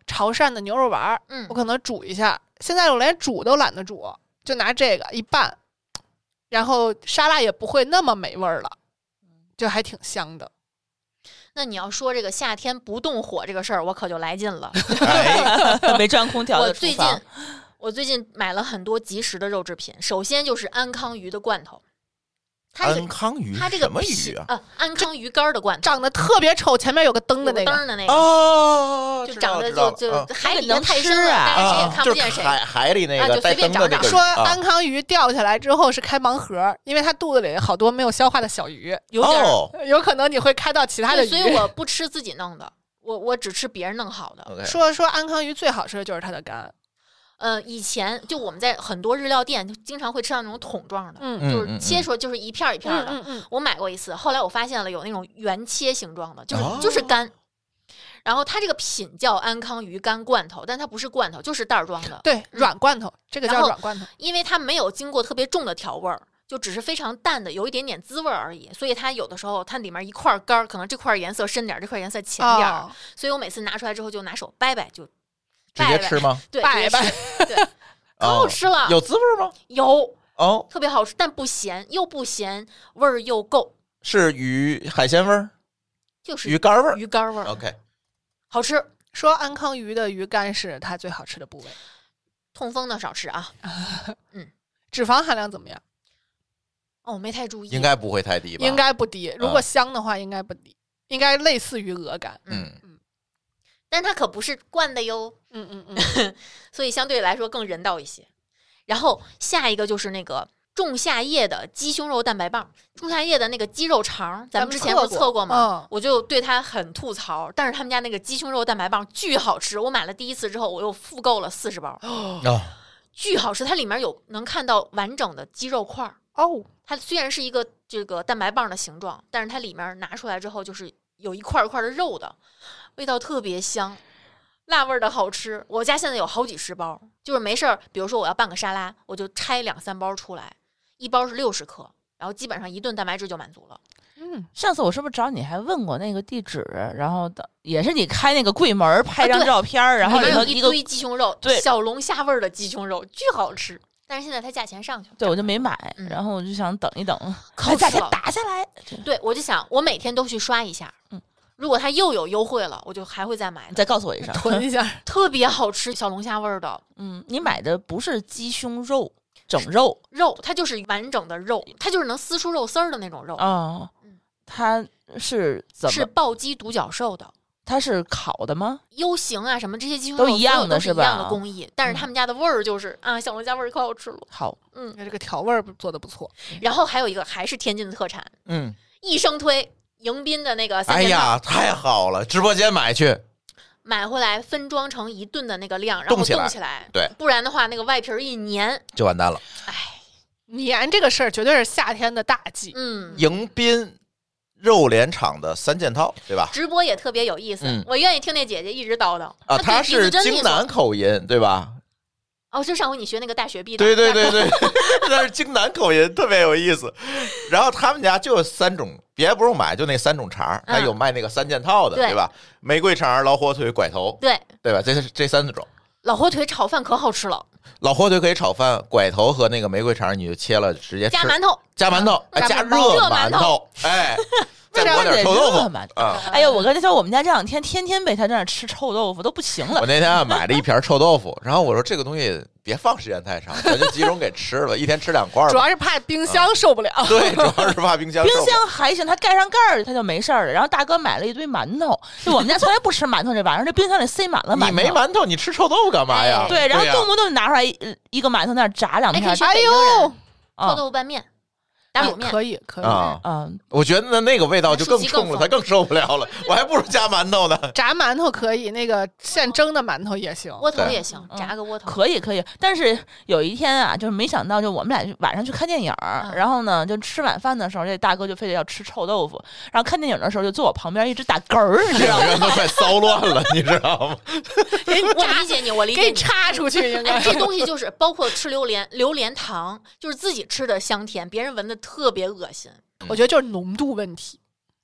S3: 潮汕的牛肉丸儿，
S2: 嗯
S3: 我可能煮一下，现在我连煮都懒得煮，就拿这个一拌，然后沙拉也不会那么没味儿了，就还挺香的。
S2: 那你要说这个夏天不动火这个事儿，我可就来劲了。
S4: 哎，
S5: 没装空调的厨
S2: 我最近
S5: 房。
S2: 我最近买了很多即食的肉制品，首先就是安康鱼的罐头，它这
S4: 安
S2: 个
S4: 康鱼
S2: 它这个
S4: 什么
S2: 皮
S4: 鱼啊？
S2: 啊，安康鱼干的罐头，
S3: 长得特别丑，前面有个灯的那个，
S2: 有灯的那个，
S4: 哦，
S2: 就
S4: 知道
S2: 长得
S4: 知道了啊
S2: 就就海底下
S5: 那个能
S2: 太深了，
S5: 吃啊
S2: 大家谁也
S4: 啊
S2: 看不见谁。
S4: 就是海海里那
S2: 啊就
S4: 个带
S2: 随便找找
S4: 灯的那个
S3: 说
S4: 啊
S3: 安康鱼掉下来之后是开盲盒，因为它肚子里好多没有消化的小鱼，
S2: 有点儿、
S4: 哦
S3: 有可能你会开到其他的
S2: 对，
S3: 鱼。
S2: 所以我不吃自己弄的，我我只吃别人弄好的。
S4: ，OK，
S3: 说说安康鱼最好吃的就是它的肝，
S2: 呃，以前就我们在很多日料店就经常会吃到那种桶状的，
S3: 嗯
S4: 嗯
S2: 就是切出来就是一片儿一片儿的。
S3: 嗯嗯
S2: 我买过一次，后来我发现了有那种圆切形状的，就是、
S4: 哦
S2: 就是干。然后它这个品叫安康鱼干罐头，但它不是罐头，就是袋儿装的，
S3: 对，软罐头，这个
S2: 然后
S3: 叫软罐头。
S2: 因为它没有经过特别重的调味儿。就只是非常淡的，有一点点滋味儿而已，所以它有的时候它里面一块干儿，可能这块颜色深点儿，这块颜色浅点儿，
S3: 哦
S2: 所以我每次拿出来之后就拿手掰掰，就
S4: 直接吃吗？
S2: 对，
S3: 掰掰
S2: 直接吃，对，可好吃了，
S4: 有滋味吗？
S2: 有
S4: 哦，
S2: 特别好吃，但不咸，又不咸，味儿又够，
S4: 是鱼海鲜味儿，
S2: 就是
S4: 鱼干味儿。
S2: 鱼干味儿，
S4: OK，
S2: 好吃。
S3: 说安康鱼的鱼干是它最好吃的部位，
S2: 痛风的少吃啊，
S3: 脂肪含量怎么样？
S2: 哦，没太注意，
S4: 应该不会太低吧？
S3: 应该不低，如果香的话应该不低，应该类似于鹅肝。
S4: 嗯，
S2: 但它可不是灌的哟，
S3: 嗯嗯嗯，
S2: 所以相对来说更人道一些。然后下一个就是那个仲夏夜的鸡胸肉蛋白棒，仲夏夜的那个鸡肉肠，咱们之前不是测过吗？
S3: 嗯
S2: 我就对它很吐槽，但是他们家那个鸡胸肉蛋白棒巨好吃，我买了第一次之后，我又复购了四十包，
S4: 哦，
S2: 巨好吃。它里面有能看到完整的鸡肉块儿，
S3: 哦，
S2: 它虽然是一个这个蛋白棒的形状，但是它里面拿出来之后就是有一块一块的肉的，味道特别香。辣味儿的好吃，我家现在有好几十包，就是没事儿，比如说我要拌个沙拉，我就拆两三包出来，一包是六十克，然后基本上一顿蛋白质就满足了。
S3: 嗯，
S5: 上次我是不是找你还问过那个地址？然后的也是你开那个柜门儿拍张
S2: 啊对
S5: 照片儿，然后
S2: 里
S5: 里头一个
S2: 面有一堆鸡胸肉，
S5: 对
S2: 小龙虾味儿的鸡胸肉，巨好吃。但是现在它价钱上去了，
S5: 对我就没买，
S2: 嗯
S5: 然后我就想等一等，
S2: 可
S5: 把价钱
S2: 好吃了
S5: 打下来。
S2: 对我就想我每天都去刷一下，
S5: 嗯，
S2: 如果它又有优惠了，我就还会再买
S5: 你。再告诉我一声。
S3: 囤一下。
S2: 特别好吃，小龙虾味儿的
S5: 嗯，你买的不是鸡胸肉整肉
S2: 肉，它就是完整的肉，它就是能撕出肉丝儿的那种肉，
S5: 啊？它是怎
S2: 是
S5: 么？
S2: 暴鸡独角兽的。
S5: 它是烤的吗？
S2: U 型啊，什么这些鸡胸肉
S5: 都一样的是吧
S2: 所有都是一样的工艺，但是他们家的味儿就是、啊，小龙虾味儿可好吃了。
S5: 好，
S2: 嗯，
S3: 这个调味儿做的不错。
S2: 然后还有一个还是天津的特产，
S4: 嗯，
S2: 一生推迎宾的那个三
S4: 哎
S2: 件套，
S4: 呀，太好了，直播间买去，
S2: 买回来分装成一顿的那个量，然后
S4: 冻起来
S2: 冻起来，
S4: 对，
S2: 不然的话那个外皮儿一粘，
S4: 就完蛋了。
S2: 哎，
S3: 粘这个事儿绝对是夏天的大忌。
S2: 嗯。
S4: 迎宾肉联厂的三件套，对吧？
S2: 直播也特别有意思，
S4: 嗯
S2: 我愿意听那姐姐一直叨叨
S4: 啊，
S2: 她
S4: 他是
S2: 对鼻子真利索
S4: 京南口音，对吧？
S2: 哦，就上回你学那个大雪碧的，
S4: 对对对对，那是京南口音，特别有意思。然后他们家就有三种，别的不用买，就那三种肠，
S2: 嗯
S4: 他有卖那个三件套的，
S2: 对
S4: 对吧？玫瑰肠、老火腿、拐头，
S2: 对，
S4: 对吧？这是这三种。
S2: 老火腿炒饭可好吃了，
S4: 老火腿可以炒饭，拐头和那个玫瑰肠你就切了直接吃，
S2: 加馒头，
S4: 加馒头，哎加
S3: 加馒
S2: 头热
S4: 热馒
S2: 馒头，
S4: 哎，
S5: 为啥
S4: 再裹点臭豆腐
S5: 得热馒头
S4: 啊！
S5: 哎呦，我跟你说，我们家这两天天天被他在那儿吃臭豆腐，都不行了
S4: 我。那天啊买了一瓶臭豆腐，然后我说这个东西别放时间太长，咱就集中给吃了，一天吃两罐吧。
S3: 主要是怕冰箱受不了。
S4: 对，主要是怕冰箱受
S5: 冰
S4: 不了。
S5: 箱还行，它盖上盖儿它就没事儿了。然后大哥买了一堆馒头，就我们家从来不吃馒头这玩意儿，这冰箱里塞满了馒头。
S4: 你没馒头，你吃臭豆腐干嘛呀？
S2: 哎
S5: 对，然后
S4: 呀
S5: 动不动就拿出来一一个馒头那儿炸两片儿
S2: 哎可以学。
S3: 哎
S2: 北京人
S3: 呦，
S2: 臭
S5: 啊
S2: 豆腐拌面、打卤面，
S3: 可以可以，
S4: 啊，
S5: 嗯，
S4: 我觉得那个味道就更冲了，
S2: 舒淇更
S4: 他更受不了了。我还不如加馒头呢。
S3: 炸馒头可以，那个现蒸的馒头也行。
S2: 窝头
S4: 对
S2: 也行，
S5: 嗯
S2: 炸个窝头。
S5: 可以可以。但是有一天啊，就是没想到，就我们俩晚上去看电影儿，
S2: 嗯
S5: 然后呢，就吃晚饭的时候，这大哥就非得要吃臭豆腐，然后看电影的时候就坐我旁边一直打嗝儿，你知道吗？
S4: 两个人都快骚乱了，你知道吗？
S2: 我理解你，我理
S3: 给你
S2: 解你。
S3: 插出去应
S2: 哎，
S3: 该。
S2: 这东西就是包括吃榴莲，榴莲糖就是自己吃的香甜，别人闻的特别恶心。
S3: 我觉得就是浓度问题，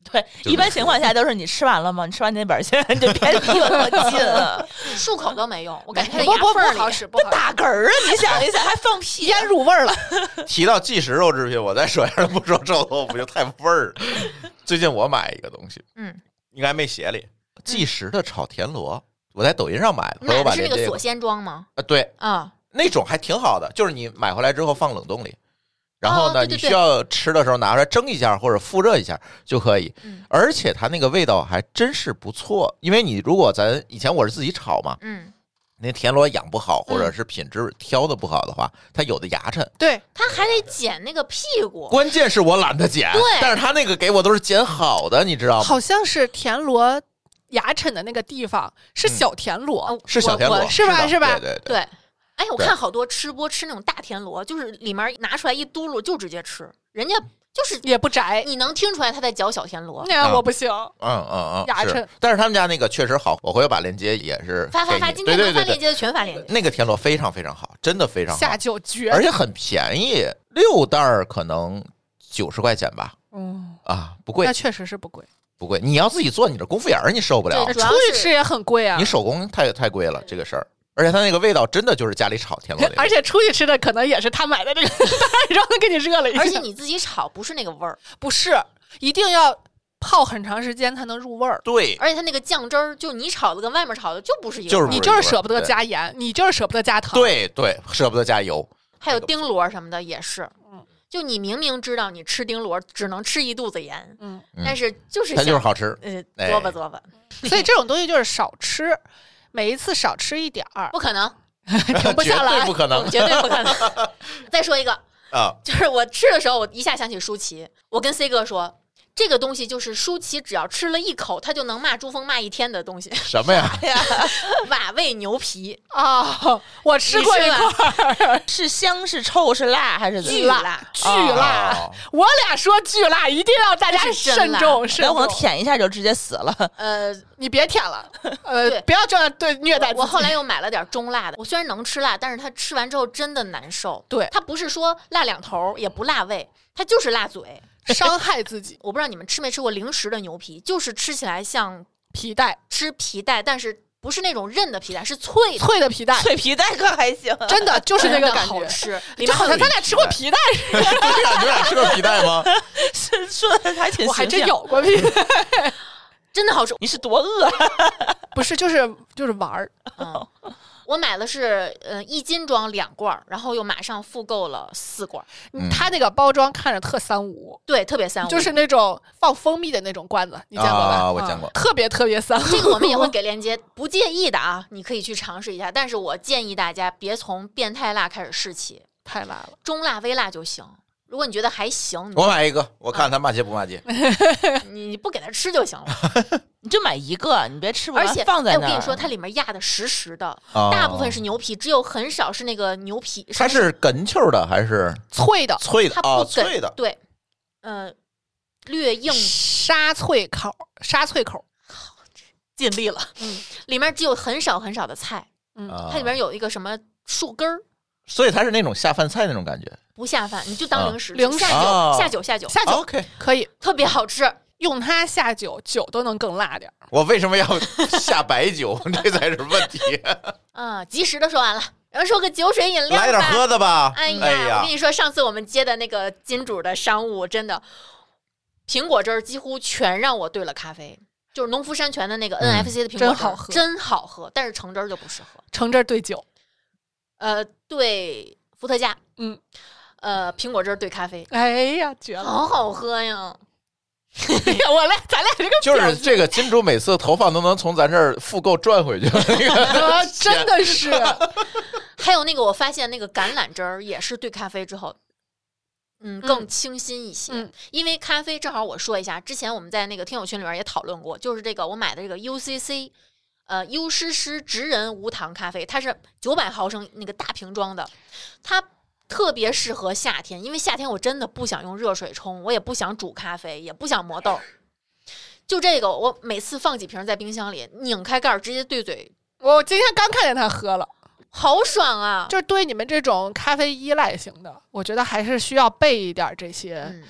S5: 对，一般情况下都是你吃完了吗？你吃完那本去，你就别离我那么近了，
S2: 漱口都没用，我感觉它
S3: 不不不
S2: 牙缝里。
S3: 好使，不好使
S5: 打嗝儿啊！你想一想，还放屁，
S3: 腌入味儿了。
S4: 提到即食肉制品，我再说一下，不说臭豆腐就太味儿了。最近我买一个东西，
S2: 嗯，
S4: 应该没写里，即食的炒田螺，我在抖音上买的，
S2: 你买的
S4: 我把这个
S2: 是那个锁鲜装吗？
S4: 啊，对，
S2: 啊，
S4: 那种还挺好的，就是你买回来之后放冷冻里。然后呢，
S2: 哦对对对
S4: 你需要吃的时候拿出来蒸一下或者复热一下就可以，
S2: 嗯
S4: 而且它那个味道还真是不错。因为你如果咱以前我是自己炒嘛，
S2: 嗯，
S4: 那田螺养不好或者是品质挑的不好的话，它有的牙碜。
S3: 对，
S2: 它还得剪那个屁股。
S4: 关键是我懒得剪，
S2: 对
S4: 但是他那个给我都是剪好的，你知道吗？
S3: 好像是田螺牙碜的那个地方是小田螺，
S2: 哦
S4: 是小田螺，
S2: 我我
S3: 是吧
S4: 的
S3: 是吧
S4: 对对
S2: 对，哎，我
S4: 对
S2: 看好多吃播吃那种大田螺，就是里面拿出来一嘟噜就直接吃，人家就是
S3: 也不窄。
S2: 你能听出来他在嚼小田螺。
S3: 那我不行，
S4: 嗯嗯嗯，是
S3: 牙碜。
S4: 但是他们家那个确实好，我回头把链接也是
S2: 发发发，
S4: 给你
S2: 今天
S4: 对对对对，
S2: 能发链接的全发链接。
S4: 那个田螺非常非常好，真的非常好，
S3: 下酒绝。
S4: 而且很便宜，六袋儿可能九十块钱吧，
S3: 嗯，
S4: 啊，不贵
S3: 那确实是不贵。
S4: 不贵。你要自己做，你这功夫眼儿你受不了
S2: 对，主要
S3: 出去
S2: 是
S3: 吃也很贵啊
S4: 你。手工太太贵了这个事儿。而且它那个味道真的就是家里炒田螺那个，
S3: 而且出去吃的可能也是他买的这个袋，然后给你热了一下。
S2: 而且你自己炒不是那个味儿，
S3: 不是一定要泡很长时间才能入味儿。
S4: 对，
S2: 而且它那个酱汁儿，就你炒的跟外面炒的就不是一个
S4: 就是
S2: 味儿
S3: 你就是舍不得加盐，你就是舍不得加糖。
S4: 对对，舍不得加油。
S2: 还有丁螺什么的也是，
S3: 嗯，
S2: 就你明明知道你吃丁螺只能吃一肚子盐，
S3: 嗯，
S2: 但是就是
S4: 它就是
S2: 想
S4: 好吃。
S2: 呃
S4: 哎
S2: 嘬吧嘬吧，
S3: 所以这种东西就是少吃，每一次少吃一点儿，
S2: 不可能，
S3: 停不下
S4: 绝对
S3: 来
S4: 不。可能
S2: 绝对不可能。再说一个，
S4: 啊！
S2: 就是我吃的时候，我一下想起舒淇，我跟 C 哥说，这个东西就是舒淇只要吃了一口，他就能骂朱峰骂一天的东西。
S4: 什么呀？
S2: 瓦味牛皮，
S3: 啊！我吃过一块，
S5: 是香是臭是辣还是怎么
S2: 巨辣，
S3: 巨辣。
S4: 哦
S3: 我俩说巨辣，一定要大家
S2: 那是真辣
S3: 慎重慎重
S5: 有可能。舔一下就直接死了。
S2: 呃，
S3: 你别舔了，呃
S2: 对，
S3: 不要这样对虐待自己。
S2: 我后来又买了点中辣的，我虽然能吃辣，但是它吃完之后真的难受。
S3: 对
S2: 它不是说辣两头，也不辣胃，它就是辣嘴。
S3: 伤害自己。
S2: 我不知道你们吃没吃过零食的牛皮，就是吃起来像
S3: 皮带，
S2: 吃皮带，但是不是那种韧的皮带，是脆的，
S3: 脆的皮带，
S5: 脆皮带可还行，
S3: 真的就是那个
S2: 真的
S3: 感觉。
S2: 好吃。里面
S3: 就好像咱俩吃过皮带似的，
S4: 对呀，你们俩吃过皮带吗？
S5: 是说的还挺
S3: 我还
S5: 形象。
S3: 真有过皮带。
S2: 真的好吃。
S5: 你是多饿？
S3: 不是，就是就是玩儿。
S2: 嗯，我买的是呃一斤装两罐儿，然后又马上复购了四罐儿，
S4: 嗯
S3: 它那个包装看着特三无，
S2: 对，特别三无。
S3: 就是那种放蜂蜜的那种罐子，你见过吧？
S4: 啊我见过
S3: 嗯特别特别三无。
S2: 这个我们也会给链接，不介意的啊，你可以去尝试一下。但是我建议大家别从变态辣开始试起，
S3: 太辣了。
S2: 中辣、微辣就行。如果你觉得还行，你
S4: 我买一个，我看他骂街不骂街。
S2: 你你不给他吃就行了。
S5: 你就买一个，你别吃不完
S2: 而且，
S5: 放在那儿。
S2: 哎我跟你说，它里面压的实实的，
S4: 哦
S2: 大部分是牛皮，只有很少是那个牛皮。
S4: 它是哏球的还是
S3: 脆的
S4: 脆的？
S2: 它不
S4: 哦，
S2: 梗
S4: 脆的。
S2: 对，呃，略硬，
S3: 沙脆口，沙脆口。
S2: 尽力了。
S3: 嗯，
S2: 里面只有很少很少的菜，
S3: 嗯，
S4: 啊
S2: 它里面有一个什么树根儿，
S4: 所以它是那种下饭菜那种感觉。
S2: 不下饭，你就当零食吃，
S3: 零食
S2: 下酒、
S4: 哦
S2: 下酒下酒，
S3: 下酒
S4: OK，
S3: 可以
S2: 特别好吃。
S3: 用它下酒，酒都能更辣点儿。
S4: 我为什么要下白酒？这才是问题。
S2: 啊，及时的说完了，然后说个酒水饮料吧。
S4: 来点喝的吧。
S2: 哎呀，
S4: 哎呀
S2: 我跟你说，上次我们接的那个金主的商务，真的苹果汁儿几乎全让我兑了咖啡，就是农夫山泉的那个 N F C 的苹果汁儿、
S3: 真好喝
S2: 真好喝，但是橙汁儿就不适合。
S3: 橙汁儿兑酒，
S2: 呃，对伏特加，
S3: 嗯，
S2: 呃，苹果汁儿兑咖啡，
S3: 哎呀，绝了！
S2: 好好喝呀！
S3: 我俩咱俩这个
S4: 就是这个金主每次投放都能从咱这儿复购赚回去，那个
S3: 啊，真的是
S2: 还有那个，我发现那个橄榄汁儿也是兑咖啡之后，嗯，更清新一些。
S3: 嗯
S2: 因为咖啡正好我说一下，之前我们在那个听友群里面也讨论过，就是这个我买的这个 U C C， 呃，优诗诗直人无糖咖啡，它是九百毫升那个大瓶装的，它特别适合夏天，因为夏天我真的不想用热水冲，我也不想煮咖啡，也不想磨豆。就这个，我每次放几瓶在冰箱里，拧开盖儿直接对嘴，
S3: 我今天刚看见他喝了，
S2: 好爽啊！
S3: 就是对你们这种咖啡依赖型的，我觉得还是需要备一点这些
S2: 嗯，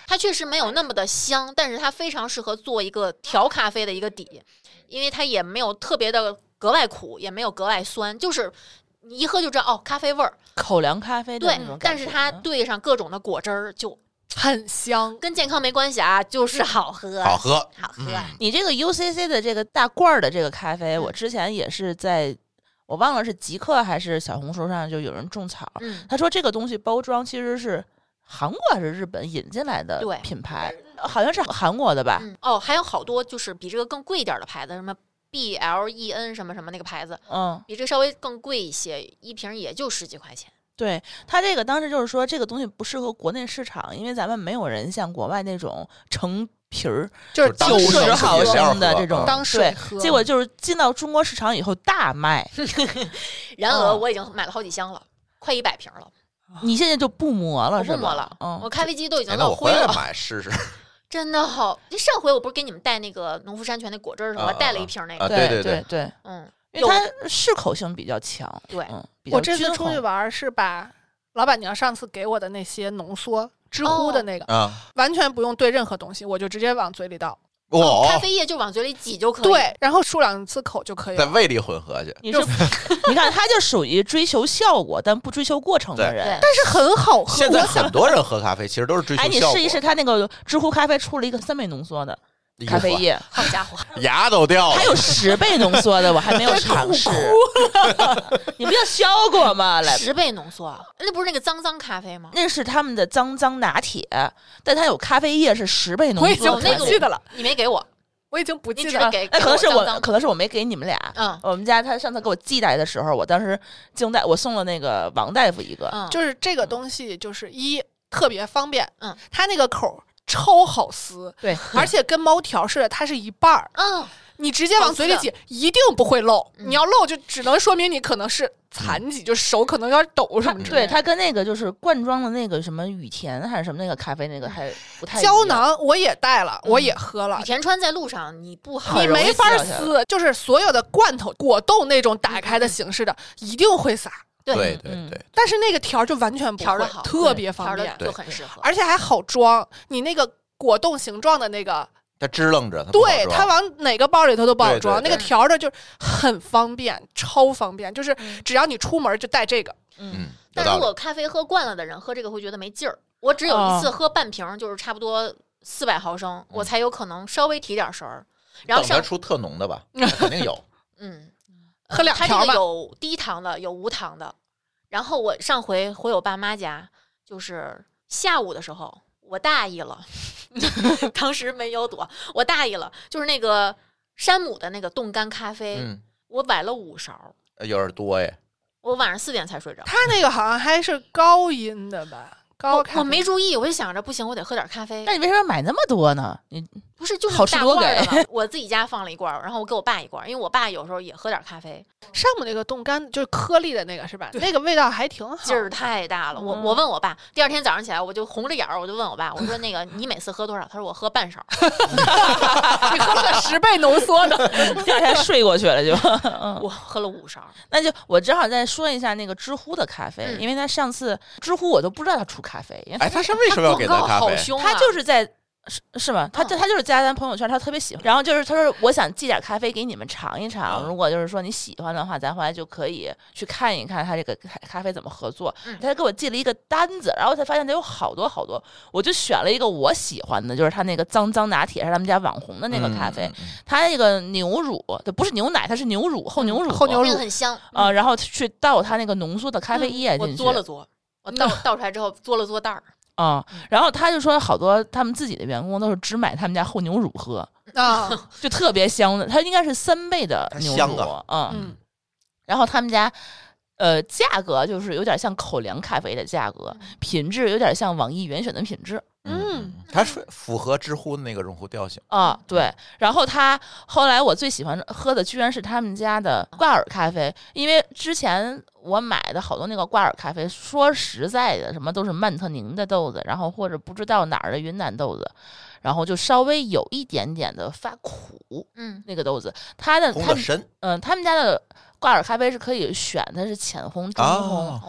S2: 它确实没有那么的香，但是它非常适合做一个调咖啡的一个底，因为它也没有特别的格外苦，也没有格外酸，就是你一喝就知道哦，咖啡味儿，
S5: 口粮咖啡的
S2: 对
S5: 那种，感觉。
S2: 但是它兑上各种的果汁儿，就
S3: 很香。
S2: 跟健康没关系啊，就是好喝，
S4: 好喝，
S2: 好喝。
S4: 嗯
S5: 你这个 U C C 的这个大罐儿的这个咖啡，我之前也是在，我忘了是极客还是小红书上就有人种草，
S2: 嗯，
S5: 他说这个东西包装其实是韩国还是日本引进来的
S2: 对
S5: 品牌，好像是韩国的吧？
S2: 嗯哦，还有好多就是比这个更贵一点的牌子，什么 B L E N 什么什么那个牌子，
S5: 嗯，
S2: 比这个稍微更贵一些，一瓶也就十几块钱。
S5: 对，他这个当时就是说这个东西不适合国内市场，因为咱们没有人像国外那种成瓶儿
S3: 就是
S4: 当
S5: 九
S3: 水
S5: 十毫
S4: 饮料喝
S5: 升的这种
S4: 嗯
S3: 当水
S5: 对，
S3: 喝，
S5: 结果就是进到中国市场以后大卖。
S2: 然而
S5: 嗯
S2: 我已经买了好几箱了，快一百瓶了，
S5: 你现在就不磨了
S2: 我
S5: 是吧？
S2: 不磨了，
S5: 嗯
S2: 我，咖啡机都已经
S4: 哎，那
S2: 落灰
S4: 我回来
S2: 了，
S4: 买试试
S2: 真的好。这上回我不是给你们带那个农夫山泉那果汁儿什么，
S4: 啊啊
S2: 带了一瓶那
S4: 啊
S2: 个，
S5: 对
S4: 对对对
S5: 对，
S2: 嗯，
S5: 因为它适口性比较强。
S2: 对
S5: 嗯，比较
S3: 我这次
S5: 均衡
S3: 出去玩是把老板娘上次给我的那些浓缩知乎的那个，
S4: 啊，
S3: 完全不用兑任何东西，我就直接往嘴里倒。
S4: 哇，
S2: 咖啡液就往嘴里挤就可以。
S3: 对，然后漱两次口就可以了。
S4: 在胃里混合去，
S5: 你是，你看，他就属于追求效果但不追求过程的
S4: 对
S5: 人。
S3: 但是很好喝。
S4: 现在
S3: 我想
S4: 很多人喝咖啡其实都是追求
S5: 哎，你
S4: 效果。
S5: 试一试，他那个知乎咖啡出了一个三倍浓缩的
S4: 哎呦
S5: 咖啡液，
S2: 好家伙，
S4: 牙都掉了。
S5: 还有十倍浓缩的，我还没有尝试。你不要削过吗？来，
S2: 十倍浓缩，那不是那个脏脏咖啡吗？
S5: 那是他们的脏脏拿铁，但它有咖啡液是十倍浓
S3: 我已经
S5: 缩的。
S2: 哦那个
S3: 不记得了，
S2: 你没给我，
S3: 我已经不记
S2: 你只
S3: 得了。
S2: 给
S5: 那可能是我，
S2: 给脏脏
S5: 可能是我没给你们俩。
S2: 嗯
S5: 我们家他上次给我寄来的时候，我当时惊呆，我送了那个王大夫一个。
S2: 嗯，
S3: 就是这个东西，就是一特别方便，
S2: 嗯，
S3: 它那个口儿超好撕，
S5: 对，
S3: 而且跟猫条似的，它是一半儿，
S2: 嗯，
S3: 你直接往嘴里
S2: 好撕
S3: 挤，一定不会漏。
S2: 嗯
S3: 你要漏，就只能说明你可能是残疾，就手可能有点抖什
S5: 它
S3: 么之类的。
S5: 对它跟那个就是罐装的那个什么羽田还是什么那个咖啡那个还不太一样
S3: 胶囊我也带了，
S2: 嗯
S3: 我也喝了
S2: 羽。田川在路上你不好
S5: 很容易
S3: 你没法
S5: 掉下来
S3: 撕，就是所有的罐头、果冻那种打开的形式的，一定会洒。
S2: 对
S4: 对对
S5: 嗯
S4: 对，
S3: 但是那个条儿就完全不会
S2: 条儿的好，
S3: 特别方便
S2: 调的，就很适合。
S3: 而且还好装。你那个果冻形状的那个，
S4: 它支棱着，它不好
S3: 对，
S4: 装
S3: 它往哪个包里头都不好
S4: 对对
S3: 装。
S4: 对
S3: 那个条儿的就很方便，超方便，就是
S2: 嗯
S3: 只要你出门就带这个。
S5: 嗯，
S4: 嗯，有
S2: 但如
S4: 道理。
S2: 果咖啡喝惯了的人喝这个会觉得没劲儿。我只有一次喝半瓶，就是差不多四百毫升，我才有可能稍微提点神儿。然后上
S4: 等它出特浓的吧，那肯定有。
S2: 嗯，
S3: 喝两
S2: 它这
S3: 条吧
S2: 个有低糖的，有无糖的。然后我上回回我爸妈家，就是下午的时候，我大意了，当时没有躲，我大意了，就是那个山姆的那个冻干咖啡，
S4: 嗯，
S2: 我崴了五勺，
S4: 有点多耶。
S2: 我晚上四点才睡着。
S3: 它那个好像还是高音的吧，高咖啡
S2: 我我没注意，我就想着不行，我得喝点咖啡。
S5: 那你为什么买那么多呢？你
S2: 不是就是
S5: 好吃
S2: 大
S5: 多给
S2: 罐儿的嘛，我自己家放了一罐儿，然后我给我爸一罐儿，因为我爸有时候也喝点咖啡，
S3: 山姆那个冻干就是颗粒的那个是吧？那个味道还挺好，
S2: 劲儿太大了。我
S5: 嗯
S2: 我问我爸，第二天早上起来我就红着眼儿，我就问我爸，我说那个你每次喝多少？他说我喝半勺。
S3: 你喝了个十倍浓缩的，
S5: 第二天睡过去了就。嗯
S2: 我喝了五勺。
S5: 那就我正好再说一下那个知乎的咖啡，
S2: 嗯
S5: 因为他上次知乎我都不知道他出咖啡，因为
S4: 哎，他是为什么要给咱
S2: 广告
S4: 咖啡？
S2: 好凶啊！
S5: 他就是在。是是吗？他就
S2: 嗯
S5: 他就是加咱朋友圈，他特别喜欢。然后就是他说，我想寄点咖啡给你们尝一尝。
S4: 嗯
S5: 如果就是说你喜欢的话，咱回来就可以去看一看他这个咖咖啡怎么合作。
S2: 嗯
S5: 他给我寄了一个单子，然后才发现他有好多好多，我就选了一个我喜欢的，就是他那个脏脏拿铁是他们家网红的那个咖啡。
S4: 嗯嗯嗯
S5: 它那个牛乳，它不是牛奶，它是牛乳，厚牛乳，
S3: 厚牛乳
S2: 那个很香
S5: 啊、然后去倒它那个浓缩的咖啡液
S2: 我
S5: 进去。
S2: 嘬了嘬，我倒倒出来之后嘬了嘬袋儿。
S5: 啊、然后他就说好多他们自己的员工都是只买他们家厚牛乳喝，
S3: 啊，
S5: 就特别香的，它应该是三倍的
S4: 它
S5: 牛乳，
S4: 香啊
S5: 嗯，
S3: 嗯，
S5: 然后他们家。呃，价格就是有点像口粮咖啡的价格，品质有点像网易严选的品质
S3: 嗯，
S4: 它是符合知乎的那个用户调性。
S5: 啊。对，然后他后来我最喜欢喝的居然是他们家的挂耳咖啡，因为之前我买的好多那个挂耳咖啡，说实在的，什么都是曼特宁的豆子，然后或者不知道哪儿的云南豆子，然后就稍微有一点点的发苦，
S2: 嗯，
S5: 那个豆子，它的它
S4: 烘的深
S5: 嗯，他们家的挂耳咖啡是可以选，它是浅烘、中烘，
S4: 啊，
S2: 哦，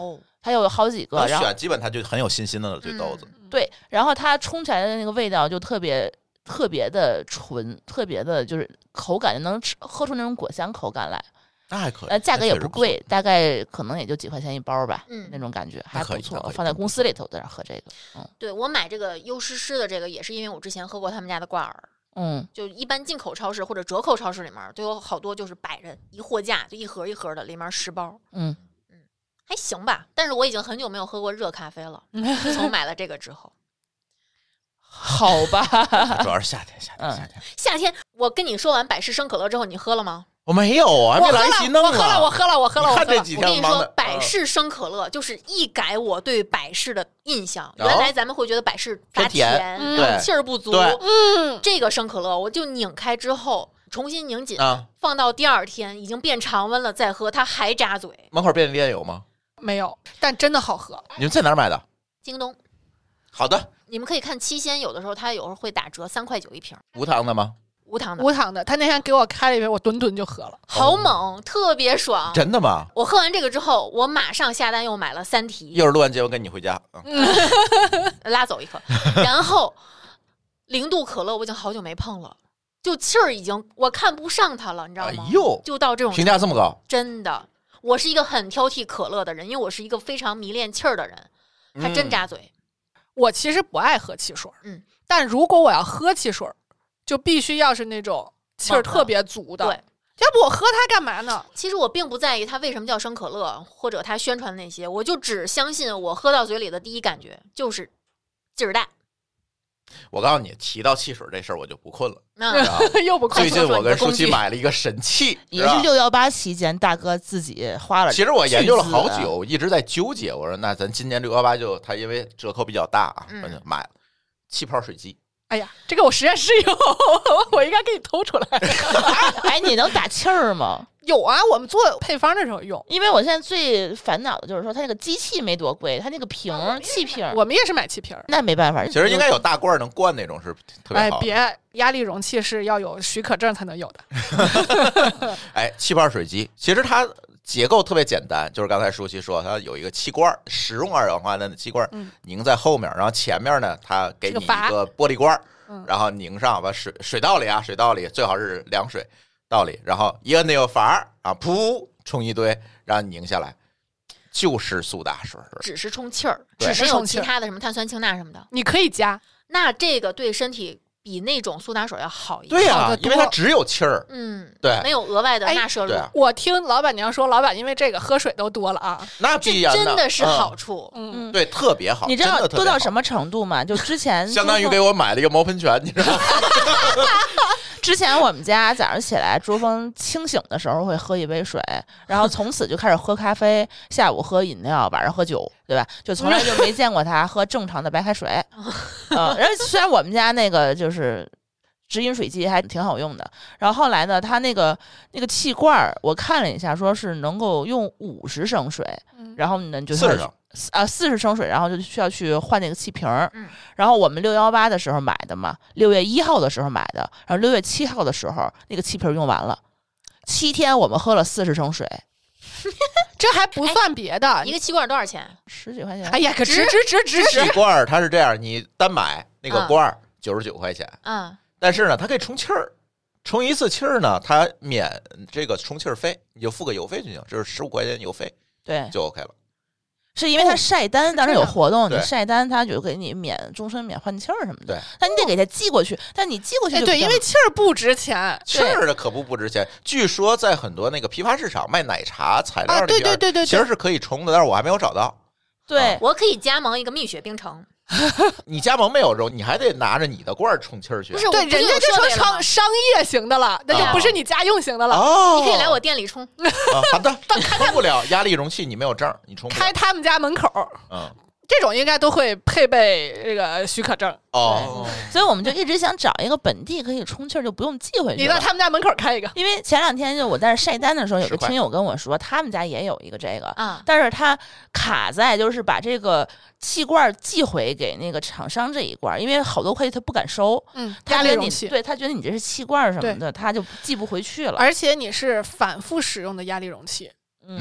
S5: 它有好几个，然后
S4: 选基本它就很有信心的这豆子。
S2: 嗯
S5: 对，然后它冲起来的那个味道就特别特别的纯，特别的就是口感能吃喝出那种果香口感来。
S4: 那还可以，
S5: 呃，价格也不贵，
S4: 不
S5: 大概可能也就几块钱一包吧，
S2: 嗯
S5: 那种感觉还不错。
S4: 那可以那可以
S5: 放在公司里头在那喝这个，嗯
S2: 对我买这个优诗诗的这个也是因为我之前喝过他们家的挂耳。
S5: 嗯，
S2: 就一般进口超市或者折扣超市里面都有好多就是摆着一货架，就一盒一盒的，里面十包，
S5: 嗯
S2: 还行吧。但是我已经很久没有喝过热咖啡了，自从买了这个之后。
S5: 好吧，
S4: 主要是夏天，夏天，
S5: 嗯
S4: 夏天。
S2: 夏天，我跟你说完百事生可乐之后，你喝了吗？
S4: 我没有，我还没来得及弄
S3: 我喝了，我喝了，我喝了，我喝了。
S4: 你看这几
S2: 我跟你说
S4: 天忙的，，
S2: 百事生可乐就是一改我对百事的印象。
S4: 哦
S2: 原来咱们会觉得百事杂
S4: 偏甜
S2: 甜，
S3: 嗯
S4: 对
S2: 气儿不足。
S4: 对
S3: 嗯，
S2: 这个生可乐，我就拧开之后重新拧紧，
S4: 啊，
S2: 放到第二天已经变常温了再喝，它还扎嘴。
S4: 门口便利店有吗？
S3: 没有，但真的好喝。
S4: 你们在哪儿买的？
S2: 京东，
S4: 好的，
S2: 你们可以看七鲜，有的时候它有时候会打折，三块九一瓶，
S4: 无糖的吗？
S2: 无糖的，
S3: 无糖的，他那天给我开了一杯，我顿顿就喝了。
S2: 好猛，特别爽。
S4: 真的吗？
S2: 我喝完这个之后，我马上下单又买了三
S4: 一
S2: 提，
S4: 会儿录完节目跟你回家。嗯，
S2: 拉走一颗。然后零度可乐我已经好久没碰了，就气儿已经我看不上它了，你知道
S4: 哎
S2: 吗？
S4: 呦，
S2: 就到这种
S4: 评价这么高，
S2: 真的，我是一个很挑剔可乐的人，因为我是一个非常迷恋气儿的人，它真
S4: 嗯
S2: 扎嘴。
S3: 我其实不爱喝汽水，
S2: 嗯，
S3: 但如果我要喝汽水，就必须要是那种气儿特别足的。
S2: 对，
S3: 要不我喝它干嘛呢？
S2: 其实我并不在意它为什么叫生可乐，或者它宣传的那些，我就只相信我喝到嘴里的第一感觉就是劲儿大。
S4: 我告诉你，提到汽水这事儿我就不困了。
S2: 那、
S4: 啊
S3: 又不困
S4: 最近我跟舒淇
S2: 快说说你的工具
S4: 买了一个神器，
S5: 也
S4: 是吧
S5: 是六幺八期间，大哥自己花了。
S4: 其实我研究了好久，一直在纠结。我说，那咱今年六幺八就它因为折扣比较大啊，
S2: 嗯
S4: 我就买了气泡水机。
S3: 哎呀，这个我实验室有，我应该给你偷出来。
S5: 哎，你能打气儿吗？
S3: 有啊，我们做配方的时候用。
S5: 因为我现在最烦恼的就是说，它那个机器没多贵，它那个瓶儿气瓶儿，
S3: 我们也是买气瓶儿。
S5: 那没办法。
S4: 其实应该有大罐能灌那种是特别
S3: 哎，
S4: 好的。
S3: 别，压力容器是要有许可证才能有的。
S4: 哎，气泡水机其实它结构特别简单，就是刚才舒淇说，它有一个气罐，食用二氧化碳的气罐
S3: 嗯
S4: 拧在后面，然后前面呢，它给你一
S3: 是个阀
S4: 个玻璃罐
S3: 嗯，
S4: 然后拧上，把水水道里啊，水道里最好是凉水道里，然后一摁那个阀啊，噗，冲一堆，让你拧下来，就是苏打水。
S2: 只是充气儿，
S4: 对
S2: 只是有
S3: 充气儿
S2: 其他的什么碳酸氢钠什么的。
S3: 你可以加，
S2: 那这个对身体比那种苏打水要好一点。
S4: 对呀、
S3: 好得多
S4: 因为它只有气儿。
S2: 嗯，
S4: 对
S2: 没有额外的
S3: 哎
S2: 钠摄入
S4: 对，啊，
S3: 我听老板娘说，老板因为这个喝水都多了啊。
S4: 那
S2: 这
S4: 必然
S2: 真的是
S4: 嗯
S2: 好处。
S3: 嗯，
S5: 嗯，
S4: 对，特别好。
S5: 你知道
S4: 真的特别好
S5: 多到什么程度吗？就之前
S4: 相当于
S5: 珠峰
S4: 给我买了一个毛喷泉，你知道吗？
S5: 之前我们家早上起来，珠峰清醒的时候会喝一杯水，然后从此就开始喝咖啡，下午喝饮料，晚上喝酒，对吧？就从来就没见过他喝正常的白开水。嗯，然后虽然我们家那个就是直饮水机还挺好用的，然后后来呢，它那个那个气罐儿，我看了一下，说是能够用五十升水，
S3: 嗯
S5: 然后呢就
S4: 四十升。
S5: 啊，四十升水，然后就需要去换那个气瓶儿。
S2: 嗯，
S5: 然后我们六幺八的时候买的嘛，六月一号的时候买的，然后六月七号的时候那个气瓶儿用完了，七天我们喝了四十升水，
S3: 这还不算别的
S2: 一。个气罐多少钱？
S5: 十几块钱。
S3: 哎呀，可值值值值值！
S4: 气罐儿它是这样，你单买那个罐儿九十九块钱，
S2: 嗯，
S4: 但是呢，它可以充气儿，充一次气儿呢，它免这个充气儿费，你就付个邮费就行，就是十五块钱邮费
S5: 对，
S4: 就 OK 了。
S5: 是因为它晒单，当时有活动，
S4: 对
S5: 你晒单它就给你免终身免换气儿什么的
S4: 对。
S5: 但你得给它寄过去，但你寄过去
S3: 哎，对，
S5: 就比较
S3: 因为气儿不值钱。
S4: 气儿的可不不值钱，据说在很多那个批发市场卖奶茶材料
S3: 啊对
S4: 里边，
S3: 对对对对
S4: 其实是可以充的，但是我还没有找到。
S5: 对
S2: 我可以加盟一个蜜雪冰城，
S4: 你加盟没有肉，你还得拿着你的罐儿充气儿去。
S2: 不是，
S3: 对，
S2: 我不是有
S3: 人家这
S2: 设备了吗
S3: 成商商业型的了，那就不是你家用型的了。
S4: 哦，
S2: 你可以来我店里充。
S4: 啊，好的，充不了压力容器，你没有证儿，你充不了
S3: 开。他们家门口，
S4: 嗯，
S3: 这种应该都会配备这个许可证。
S4: 哦，
S5: 所以我们就一直想找一个本地可以充气儿，就不用寄回去
S3: 你在
S5: 了。
S3: 他们家门口开一个，
S5: 因为前两天就我在这晒单的时候，有个
S4: 十块
S5: 听友跟我说，他们家也有一个这个，
S2: 啊，
S5: 但是他卡在就是把这个气罐寄回给那个厂商这一罐，因为好多快递他不敢收，
S3: 嗯，
S5: 他觉得你
S3: 压力容器，
S5: 对他觉得你这是气罐什么的，他就寄不回去了。
S3: 而且你是反复使用的压力容器。
S4: 嗯，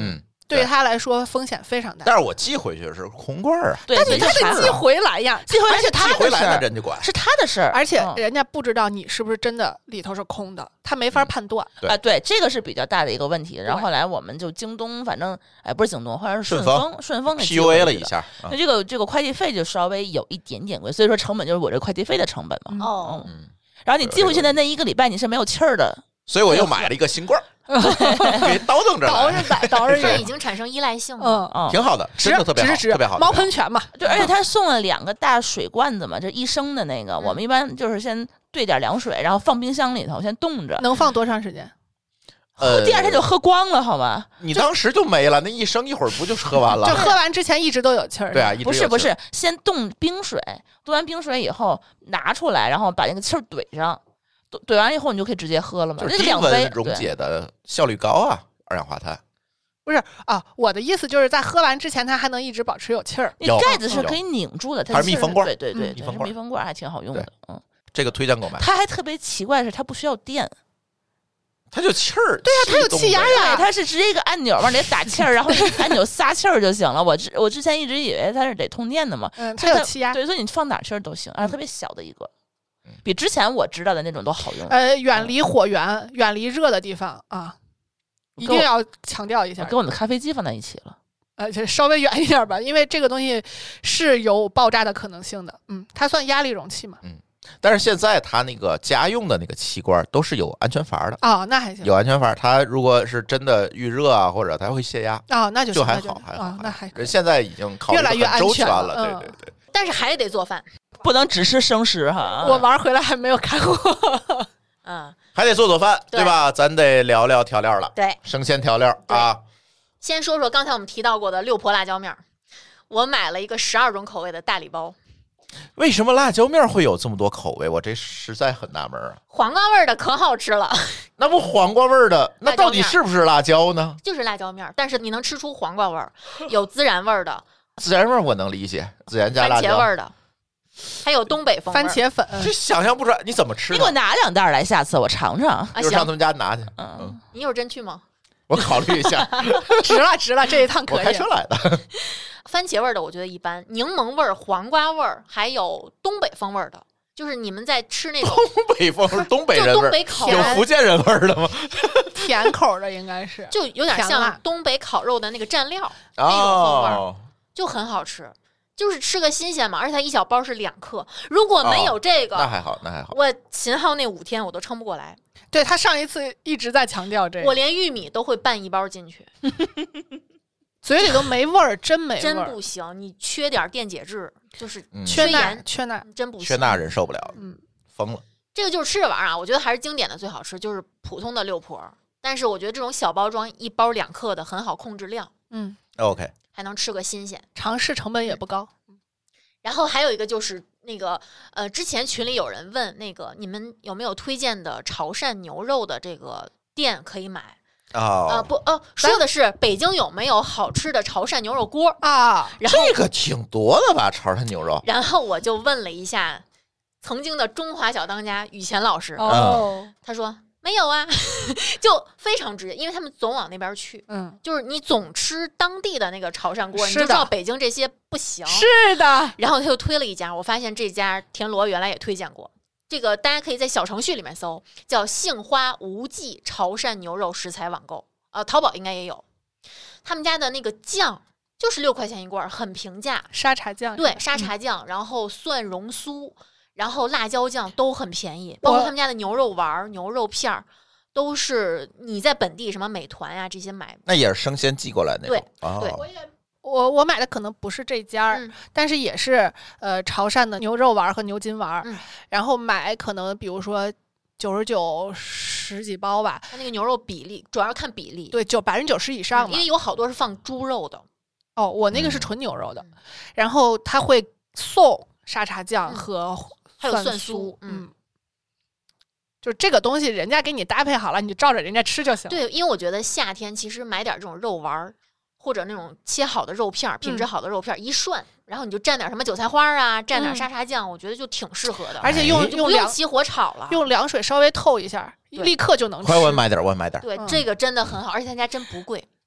S3: 对于他来说风险非常大。
S4: 但是我寄回去是空罐啊，
S5: 对，
S3: 但是他
S5: 所以就
S3: 得寄回来呀，
S5: 寄回来
S3: 而且他
S5: 是他
S4: 寄回来
S5: 的事儿，
S4: 那人就管。
S5: 是他的事儿，
S3: 而且
S5: 嗯
S3: 人家不知道你是不是真的里头是空的，他没法判断。
S4: 对
S5: 啊，对，这个是比较大的一个问题。然后后来我们就京东，反正哎，不是京东，后来是顺
S4: 顺
S5: 丰，顺丰给
S4: P
S5: 寄
S4: U
S5: 过
S4: A
S5: 去的
S4: 了一下，啊
S5: 那这个这个快递费就稍微有一点点贵，所以说成本就是我这快递费的成本嘛。
S2: 哦，
S5: 嗯，然后你寄回去的那一个礼拜你是没有气儿的，
S4: 所以我又买了一个新罐儿，给倒腾着来，
S3: 倒着摆，倒着
S2: 这已
S3: 摆，
S2: 经产生依赖性了。
S3: 嗯，
S5: 嗯，
S4: 挺好的，
S3: 值
S4: 真的特别好，
S3: 值值
S4: 特别好。
S3: 猫
S4: 特别好
S3: 喷泉嘛，
S5: 对，而且他送了两个大水罐子嘛，就一升的那个，我们一般就是先兑点凉水，然后放冰箱里头先冻着，
S3: 能放多长时间？
S4: 呃，
S5: 第二天就喝光了，好吧？
S4: 你当时就没了，那一升一会儿不就喝完
S3: 就
S4: 了？
S3: 喝完之前一直都有气儿。
S4: 对啊，一直
S5: 不是不
S4: 有气儿
S5: 是，先冻冰水，冻完冰水以后拿出来，然后把那个气儿怼上，怼怼完以后你就可以直接喝了嘛。
S4: 就是低
S5: 那个两杯
S4: 温溶解的效率高啊，二氧化碳。
S3: 不是啊，我的意思就是在喝完之前，它还能一直保持有气儿。
S5: 你
S4: 有
S5: 盖子是
S4: 有
S5: 可以拧住的，它
S4: 它是密封罐
S5: 对对对，
S3: 嗯
S5: 对是
S4: 密封罐
S5: 密封罐还挺好用的
S4: 对。
S5: 嗯，
S4: 这个推荐购买，
S5: 它还特别奇怪的是，它不需要电，
S4: 它就气儿，
S3: 对啊它有
S4: 动
S3: 气压
S4: 的
S3: 呀
S5: 对，它是直接一个按钮往里打气儿，然后你按钮撒气儿就行了。我之我之前一直以为它是得通电的嘛，
S3: 嗯，它有气压。
S5: 对，所以你放哪儿气儿都行，而且特别小的一个，比之前我知道的那种都好用。
S3: 呃，远离火源，远离热的地方啊，一定
S5: 跟我
S3: 要强调一下
S5: 我。跟我的咖啡机放在一起了。
S3: 呃，就稍微远一点吧，因为这个东西是有爆炸的可能性的。嗯，它算压力容器嘛？
S4: 但是现在它那个家用的那个气罐都是有安全阀的，
S3: 哦，那还行。
S4: 有安全阀，它如果是真的预热啊，或者它会泄压，
S3: 哦，那就行那就
S4: 就还好，还好
S3: 啊，。那还可以
S4: 人现在已经考虑得
S3: 越来越
S4: 很周全
S3: 安全了
S4: 了，对
S3: 嗯
S4: 对对。
S2: 但是还得做饭。
S5: 不能只吃生食哈。
S3: 我玩回来还没有看过。
S2: 嗯，
S4: 还得做做饭，
S2: 对
S4: 对吧？咱得聊聊调料了，
S2: 对。
S4: 生鲜调料
S2: 对
S4: 啊。
S2: 先说说刚才我们提到过的六婆辣椒面儿，我买了一个十二种口味的大礼包，
S4: 为什么辣椒面会有这么多口味？我这实在很纳闷啊。
S2: 黄瓜味儿的可好吃了，
S4: 那不黄瓜味儿的，那
S2: 辣椒面
S4: 到底是不是辣椒呢？
S2: 就是辣椒面儿，但是你能吃出黄瓜味儿，有孜然味儿的，
S4: 孜然味儿我能理解，孜然加
S2: 番
S4: 辣椒。
S2: 茄味儿的，还有东北风味儿
S3: 番茄粉，
S4: 这想象不出来，你怎么吃
S5: 你给我
S4: 的？
S5: 拿两袋儿来，下次我尝尝。
S2: 啊。行，
S4: 一会儿上他们家拿去。
S5: 嗯
S4: 嗯，
S2: 你一会儿真去吗？
S4: 我考虑一下，
S3: 值了值了，这一趟可以
S4: 我开车。来的。
S2: 番茄味儿的我觉得一般，柠檬味儿、黄瓜味儿，还有东北风味儿的，就是你们在吃那种
S4: 东北风是东北
S2: 就
S4: 人味儿，
S2: 东北烤
S4: 有
S2: 肉，
S4: 福建人味儿的吗？
S3: 甜口的应该是。
S2: 就有点
S3: 甜辣
S2: 像东北烤肉的那个蘸料，那种风味儿
S4: 哦，
S2: 就很好吃，就是吃个新鲜嘛。而且它一小包是两克，如果没有这个，
S4: 那还好，那还好。
S2: 我秦昊那五天我都撑不过来，
S3: 对他上一次一直在强调这个，
S2: 我连玉米都会拌一包进去，
S3: 嘴里都没味儿，真没味
S2: 真
S3: 儿。
S2: 不行。你缺点电解质，就是
S4: 嗯
S3: 缺钠，
S2: 盐，
S3: 缺钠。
S2: 真不行。
S4: 缺钠人受不了，
S3: 嗯，
S4: 疯了。
S2: 这个就是吃着玩儿啊，我觉得还是经典的最好吃，就是普通的六婆。但是我觉得这种小包装一包两克的很好控制量，
S3: 嗯，
S4: OK，
S2: 还能吃个新鲜。
S3: 尝试成本也不高。
S2: 然后还有一个就是那个呃，之前群里有人问那个你们有没有推荐的潮汕牛肉的这个店可以买？
S4: 哦，
S2: 呃不呃，说的是北京有没有好吃的潮汕牛肉锅？
S3: 啊，
S2: 然后
S4: 这个挺多的吧？潮汕牛肉，
S2: 然后我就问了一下曾经的中华小当家雨前老师，
S3: 哦，
S2: 他说没有啊，就非常直接，因为他们总往那边去。
S3: 嗯，
S2: 就是你总吃当地的那个潮汕锅，你
S3: 是的
S2: 就知道北京这些不行。
S3: 是的，
S2: 然后他又推了一家，我发现这家田螺原来也推荐过。这个大家可以在小程序里面搜，叫杏花无忌潮汕牛肉食材网购，呃，淘宝应该也有。他们家的那个酱就是六块钱一罐，很平价。
S3: 沙茶酱，
S2: 对，沙茶酱，然后蒜蓉酥，然后辣椒酱都很便宜，包括他们家的牛肉丸儿、牛肉片儿，都是你在本地什么美团呀、这些买。
S4: 那也是生鲜寄过来那种。
S2: 对
S4: 哦，
S3: 我我买的可能不是这家儿，
S2: 嗯
S3: 但是也是呃潮汕的牛肉丸儿和牛筋丸儿，
S2: 嗯
S3: 然后买可能比如说九十九十几包吧，
S2: 它那个牛肉比例主要是看比例，
S3: 对，就百分之九十以上嘛
S2: 因为。有好多是放猪肉的。
S3: 哦，我那个是
S4: 嗯
S3: 纯牛肉的，
S2: 嗯
S3: 然后他会送沙茶酱
S2: 嗯
S3: 和
S2: 还有蒜
S3: 酥
S2: 酥，嗯
S3: 嗯，就是这个东西人家给你搭配好了，你就照着人家吃就行。，
S2: 对，因为我觉得夏天其实买点这种肉丸儿，或者那种切好的肉片儿，品质
S3: 嗯
S2: 好的肉片儿，一涮，然后你就蘸点什么韭菜花啊，蘸点
S3: 嗯
S2: 沙茶酱，我觉得就挺适合的。
S3: 而且用
S4: 哎
S2: 就
S3: 用凉
S2: 不用起火炒了。
S3: 用凉水稍微透一下，
S2: 对
S3: 立刻就能吃。
S4: 快我买点儿，我买点儿。
S2: 对，
S3: 嗯
S2: 这个真的很好，而且他家真不贵。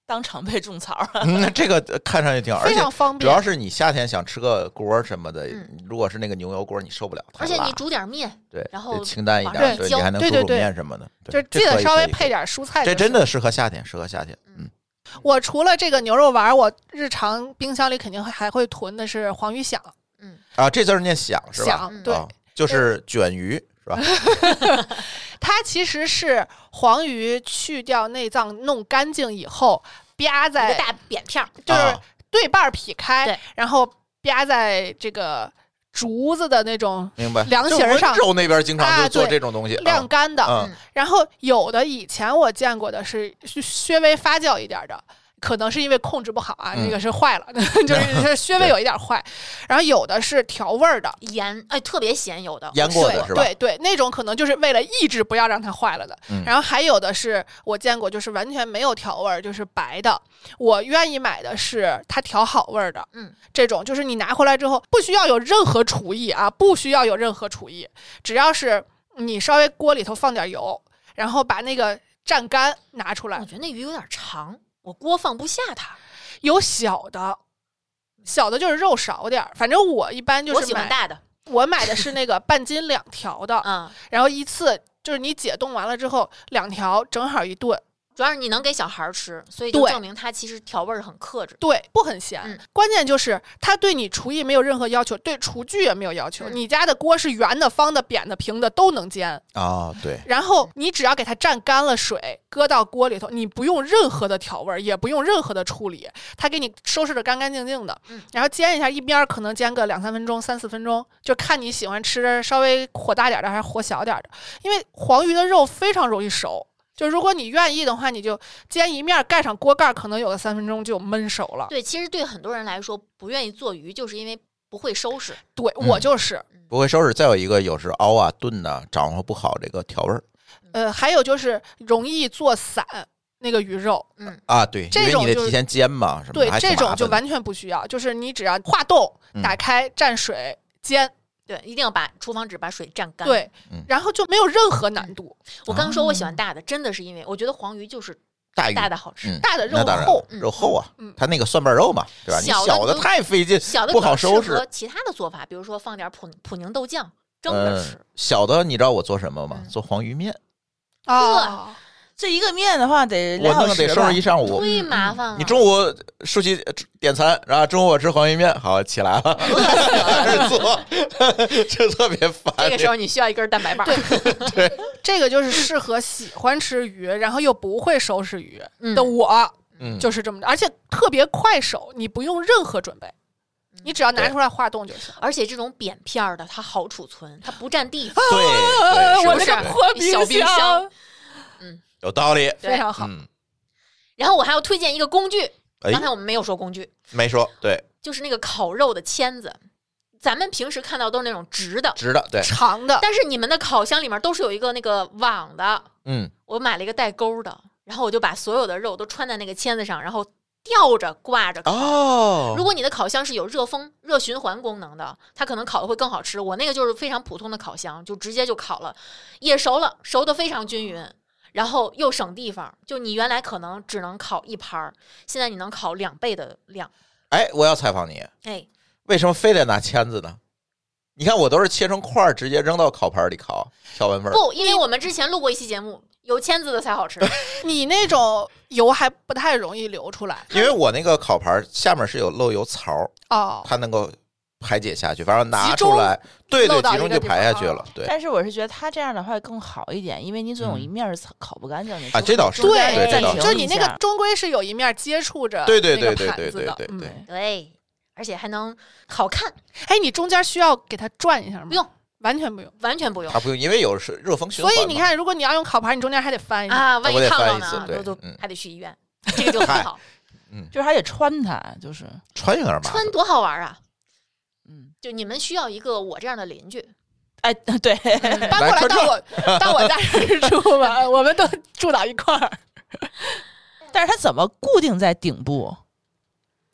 S5: 当场被种草。
S4: 嗯，这个看上去挺好，而
S3: 非
S4: 且
S3: 常方便。
S4: 主要是你夏天想吃个锅什么的，
S2: 嗯
S4: 如果是那个牛油锅，你受不了，太
S2: 而且你
S4: 辣
S2: 煮点面，
S4: 对，
S2: 然后
S4: 得清淡一
S2: 往
S4: 点，对，
S2: 上一浇
S4: 你还能煮煮
S3: 对对对
S4: 面什么的，
S3: 就
S4: 对，
S3: 记得稍微
S4: 这可以可以
S3: 配点蔬菜。
S4: 这真的适合夏天，适合夏天。嗯，
S3: 我除了这个牛肉丸，我日常冰箱里肯定还会囤的是黄鱼响。
S2: 嗯
S4: 啊，这字儿念响是吧？
S3: 响对，
S4: 啊就是卷鱼是吧？
S3: 它其实是黄鱼去掉内脏弄干净以后，吧
S2: 一
S3: 在
S2: 个大扁片儿，
S3: 就是
S4: 啊
S3: 对半劈开，
S2: 对
S3: 然后吧在这个竹子的那种
S4: 明白。
S3: 凉席上
S4: 就温州那边经常
S3: 啊
S4: 就做
S3: 对
S4: 这种东西，
S3: 晾干的。
S4: 嗯
S3: 然后有的以前我见过的是是稍微发酵一点的。可能是因为控制不好啊，
S4: 嗯
S3: 这个是坏了，就是稍微有一点坏。然后有的是调味儿的，
S2: 盐，哎，特别咸，有的
S4: 腌过的是吧？
S3: 对对，那种可能就是为了抑制不要让它坏了的。
S4: 嗯
S3: 然后还有的是我见过，就是完全没有调味儿，就是白的。我愿意买的是它调好味儿的，
S2: 嗯，
S3: 这种就是你拿回来之后不需要有任何厨艺啊，不需要有任何厨艺，只要是你稍微锅里头放点油，然后把那个蘸干拿出来
S2: 我，觉得那鱼有点长，我锅放不下它。
S3: 有小的。小的就是肉少点儿，反正我一般就
S2: 我
S3: 是买，
S2: 喜欢大的，
S3: 我买的是那个半斤两条的，
S2: 嗯，
S3: 然后一次就是你解冻完了之后，两条正好一顿，
S2: 主要是你能给小孩儿吃，所以就
S3: 对
S2: 证明它其实调味儿很克制。
S3: 对，不很咸。
S2: 嗯
S3: 关键就是它对你厨艺没有任何要求，对厨具也没有要求。
S2: 嗯
S3: 你家的锅是圆的、方的、扁的、平的都能煎，
S4: 啊，对，
S3: 然后你只要给它蘸干了水，搁到锅里头，你不用任何的调味儿，也不用任何的处理，它给你收拾的干干净净的。
S2: 嗯
S3: 然后煎一下，一边儿可能煎个两三分钟、三四分钟，就看你喜欢吃稍微火大点儿的还是火小点儿的，因为黄鱼的肉非常容易熟。就如果你愿意的话，你就煎一面，盖上锅盖，可能有个三分钟就焖熟了。
S2: 对，其实对很多人来说，不愿意做鱼，就是因为不会收拾。
S3: 对、
S4: 嗯
S3: 我就是，
S4: 不会收拾。再有一个，有时熬啊、炖呐、掌握不好这个调味儿
S3: 呃，还有就是容易做散那个鱼肉。
S2: 嗯，
S4: 啊，对，因为
S3: 这种就是
S4: 你得提前煎嘛，什么
S3: 对
S4: 的，还，挺
S3: 这种
S4: 麻烦的
S3: 就完全不需要，就是你只要化冻，
S4: 嗯
S3: 打开蘸水煎，
S2: 对，一定要把厨房纸把水蘸干。，
S3: 对
S4: 嗯，
S3: 然后就没有任何难度。
S2: 我刚说我喜欢大的，真的是因为我觉得黄鱼就是
S4: 大鱼
S2: 大的好吃。
S4: 嗯，
S3: 大的肉
S4: 那当然
S3: 厚，
S2: 嗯
S4: 肉厚啊
S3: 嗯，
S4: 它那个蒜瓣肉嘛，对吧？你
S2: 小的
S4: 小的
S2: 就
S4: 太费劲，
S2: 小的
S4: 不好
S2: 比较
S4: 收拾。
S2: 适合其他的做法，比如说放点普普宁豆酱蒸着
S4: 嗯
S2: 吃。，
S4: 小的你知道我做什么吗？
S2: 嗯
S4: 做黄鱼面，
S3: 啊，
S5: 这一个面的话得
S4: 我
S5: 两小时吧
S4: 弄得收拾一。上午。
S2: 忒麻烦了。
S4: 你中午出去点餐，然后中午我吃黄鱼面，好起来了，开始做，这特别烦。
S2: 这个时候你需要一根蛋白棒。
S3: 对，这个就是适合喜欢吃鱼，然后又不会收拾鱼
S2: 嗯
S3: 的我，
S4: 嗯，
S3: 就是这么的，而且特别快手，你不用任何准备，你只要拿
S4: 对
S3: 出来化冻就行。
S2: 而且这种扁片儿的，它好储存，它不占地方。
S4: 对
S3: 呃
S4: 对，
S2: 是
S3: 我那个破
S2: 小冰箱
S3: 箱
S4: 有道理。
S2: 对
S3: 非常好。
S4: 嗯，
S2: 然后我还要推荐一个工具，
S4: 哎
S2: 刚才我们没有说工具，
S4: 没说对，
S2: 就是那个烤肉的签子。咱们平时看到都是那种直的，
S4: 直的对，
S3: 长的，
S2: 但是你们的烤箱里面都是有一个那个网的。
S4: 嗯，
S2: 我买了一个带钩的，然后我就把所有的肉都穿在那个签子上，然后吊着挂着烤。
S4: 哦，
S2: 如果你的烤箱是有热风、热循环功能的，它可能烤的会更好吃。我那个就是非常普通的烤箱，就直接就烤了，也熟了，熟的非常均匀，然后又省地方。就你原来可能只能烤一盘儿，现在你能烤两倍的量。
S4: 哎，我要采访你，
S2: 哎，
S4: 为什么非得拿签子呢？你看我都是切成块儿，直接扔到烤盘里烤，调完味儿。
S2: 不，因为我们之前录过一期节目，有签子的才好吃。
S3: 你那种油还不太容易流出来
S4: 因为我那个烤盘下面是有漏油槽，
S3: 哦。
S4: 它能够排解下去，反正拿
S3: 集中
S4: 出来，对对，
S3: 漏到
S4: 集中就
S3: 一个地方啊
S4: 排下去了。对
S5: 但是我是觉得它这样的话更好一点，因为你总有
S4: 嗯
S5: 一面是烤不干净的
S4: 啊这倒是
S3: 对
S4: 对这倒是
S3: 就是你那个终归是有一面接触着
S4: 对对
S3: 那个
S4: 对对
S3: 盘子的
S4: 对对对
S3: 嗯
S2: 对，而且还能好看，
S3: 哎，你中间需要给它转一下吗？
S2: 不用，
S3: 完全不用。
S2: 完全不用
S4: 它不用，因为有是热风循环嘛。
S3: 所以你看，如果你要用烤盘，你中间还得翻一下。
S2: 啊！万
S4: 我得
S2: 一烫到呢，
S4: 翻一次对
S2: 都都
S4: 嗯
S2: 还得去医院，这个就很好。
S5: 就是还得穿它，就是
S4: 穿有点麻烦
S2: 穿。多好玩啊！
S5: 嗯，
S2: 就你们需要一个我这样的邻居，
S5: 哎，对，
S3: 搬过来
S4: 来
S3: 当我当我家人住吧，我们都住到一块儿。
S5: 但是它怎么固定在顶部？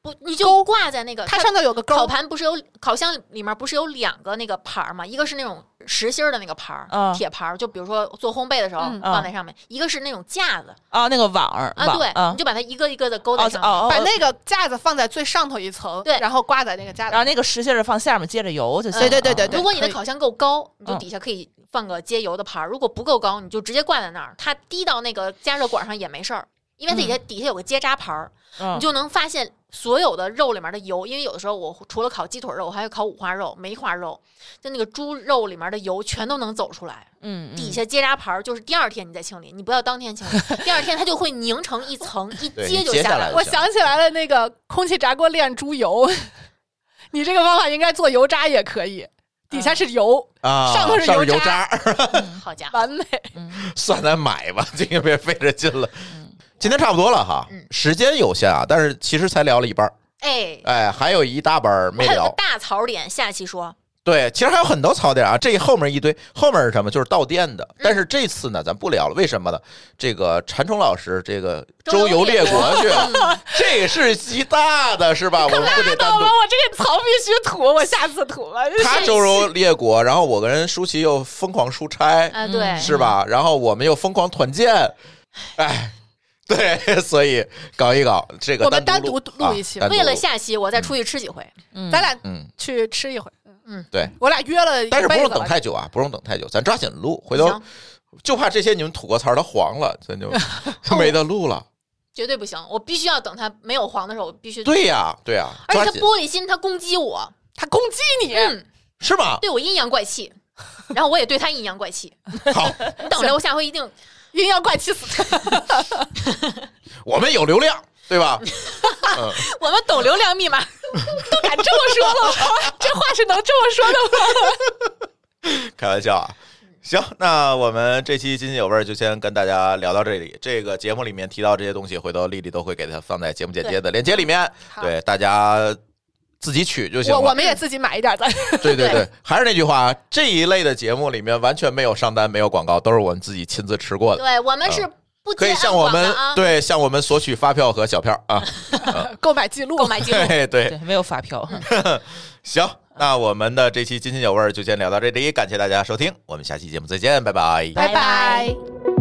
S2: 不，你就挂在那个
S3: 它上头有个钩。
S2: 烤盘不是有烤箱里面不是有两个那个盘儿吗？一个是那种实心的那个盘儿，
S5: 嗯
S2: 铁盘儿，就比如说做烘焙的时候
S3: 嗯
S2: 放在上面；一个是那种架子
S5: 啊，那个网儿
S2: 啊，对，
S5: 网啊
S2: 你就把它一个一个的勾在上面。
S5: 哦哦，
S3: 把那个架子放在最上头一层，
S2: 对
S3: 然后挂在那个架子，
S5: 然后那个实心儿放下面接着油就行了。
S3: 对对对对对
S2: 如果你的
S3: 可以
S2: 烤箱够高，你就
S5: 嗯
S2: 底下可以放个接油的盘儿；如果不够高，你就直接挂在那儿，它滴到那个加热管上也没事儿，因为它底下、底下有个接扎盘儿，
S5: 嗯
S2: 你就能发现所有的肉里面的油。因为有的时候我除了烤鸡腿肉，我还会烤五花肉、梅花肉，就那个猪肉里面的油全都能走出来。
S5: 嗯，
S2: 底下接扎盘儿就是第二天你再清理，你不要当天清理，第二天它就会凝成一层，一
S4: 对
S2: 接就
S4: 你接下来
S2: 来了。
S3: 我想起来了，那个空气炸锅炼猪油，你这个方法应该做油渣也可以，底下是油，
S4: 啊，
S3: 上头是
S4: 上
S3: 油
S4: 油渣，
S2: 好家伙，
S3: 完美。
S4: 算咱买吧，这个别费这劲了。
S5: 嗯
S4: 今天差不多了哈，
S2: 嗯
S4: 时间有限啊，但是其实才聊了一半儿，
S2: 哎，
S4: 哎，还有一大半儿没聊
S2: 还有个。大槽点，下期说。
S4: 对，其实还有很多槽点啊，这后面一堆，后面是什么？就是到店的。
S2: 嗯
S4: 但是这次呢，咱不聊了，为什么呢？这个馋虫老师这个周
S2: 周游
S4: 游列
S2: 列国
S4: 国去，
S2: 嗯
S4: 这是极大的，是吧？我们不得单独
S3: 我。我这个槽必须吐，我下次吐了。
S4: 他周游列国，然后我跟舒淇又疯狂出差，
S2: 啊，对，
S5: 嗯
S4: 是吧？然后我们又疯狂团建，哎，对，所以搞一搞这个
S3: 我们单
S4: 独
S3: 独录一期
S4: 啊单独
S2: 为了下期我再出去吃几回。
S5: 嗯
S3: 咱俩
S4: 嗯，
S3: 去吃一回。
S4: 对，
S3: 我俩约了一
S4: 但是不用
S3: 辈子了，
S4: 等太久啊，不用等太久，咱抓紧录，回头
S2: 行
S4: 就怕这些你们吐过槽儿它黄了，咱就没得录了。
S2: 绝对不行，我必须要等它没有黄的时候，我必须。
S4: 对呀，对呀，
S2: 而且它
S4: 抓紧
S2: 玻璃心，它攻击我，
S3: 他攻击你，
S2: 嗯，
S4: 是吗？
S2: 对我阴阳怪气，然后我也对它阴阳怪气。
S4: 好，
S2: 你等着，我下回一定。
S3: 阴阳怪气死他。
S4: 我们有流量，对吧？嗯，
S2: 我们懂流量密码，
S3: 都敢这么说了，这话是能这么说的吗？
S4: 开玩笑啊。行，那我们这期津津有味儿就先跟大家聊到这里。这个节目里面提到这些东西，回头丽丽都会给它放在节目简介的链接里面，
S3: 好
S4: 对大家自己取就行了。
S3: 我我们也自己买一点，咱
S4: 对对对，还是那句话，这一类的节目里面完全没有上单，没有广告，都是我们自己亲自吃过的。
S2: 对我们是不
S4: 可以
S2: 接暗
S4: 向我们
S2: 广的啊，
S4: 对向我们索取发票和小票啊。
S3: 购买记录，
S2: 购买记录。
S4: 对对，
S5: 对，没有发票。
S4: 行，那我们的这期津津有味儿就先聊到这里，感谢大家收听，我们下期节目再见，拜拜。
S3: 拜
S2: 拜拜。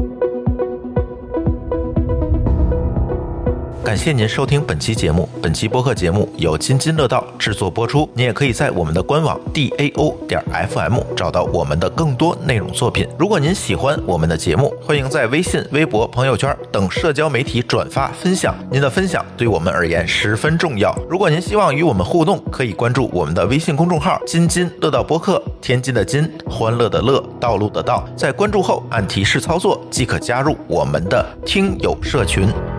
S1: 感谢您收听本期节目。本期播客节目由津津乐道制作播出。你也可以在我们的官网 D A O 点 F M 找到我们的更多内容作品。如果您喜欢我们的节目，欢迎在微信、微博、朋友圈等社交媒体转发分享。您的分享对我们而言十分重要。如果您希望与我们互动，可以关注我们的微信公众号“津津乐道播客”，天津的津，欢乐的乐，道路的道。在关注后按提示操作，即可加入我们的听友社群。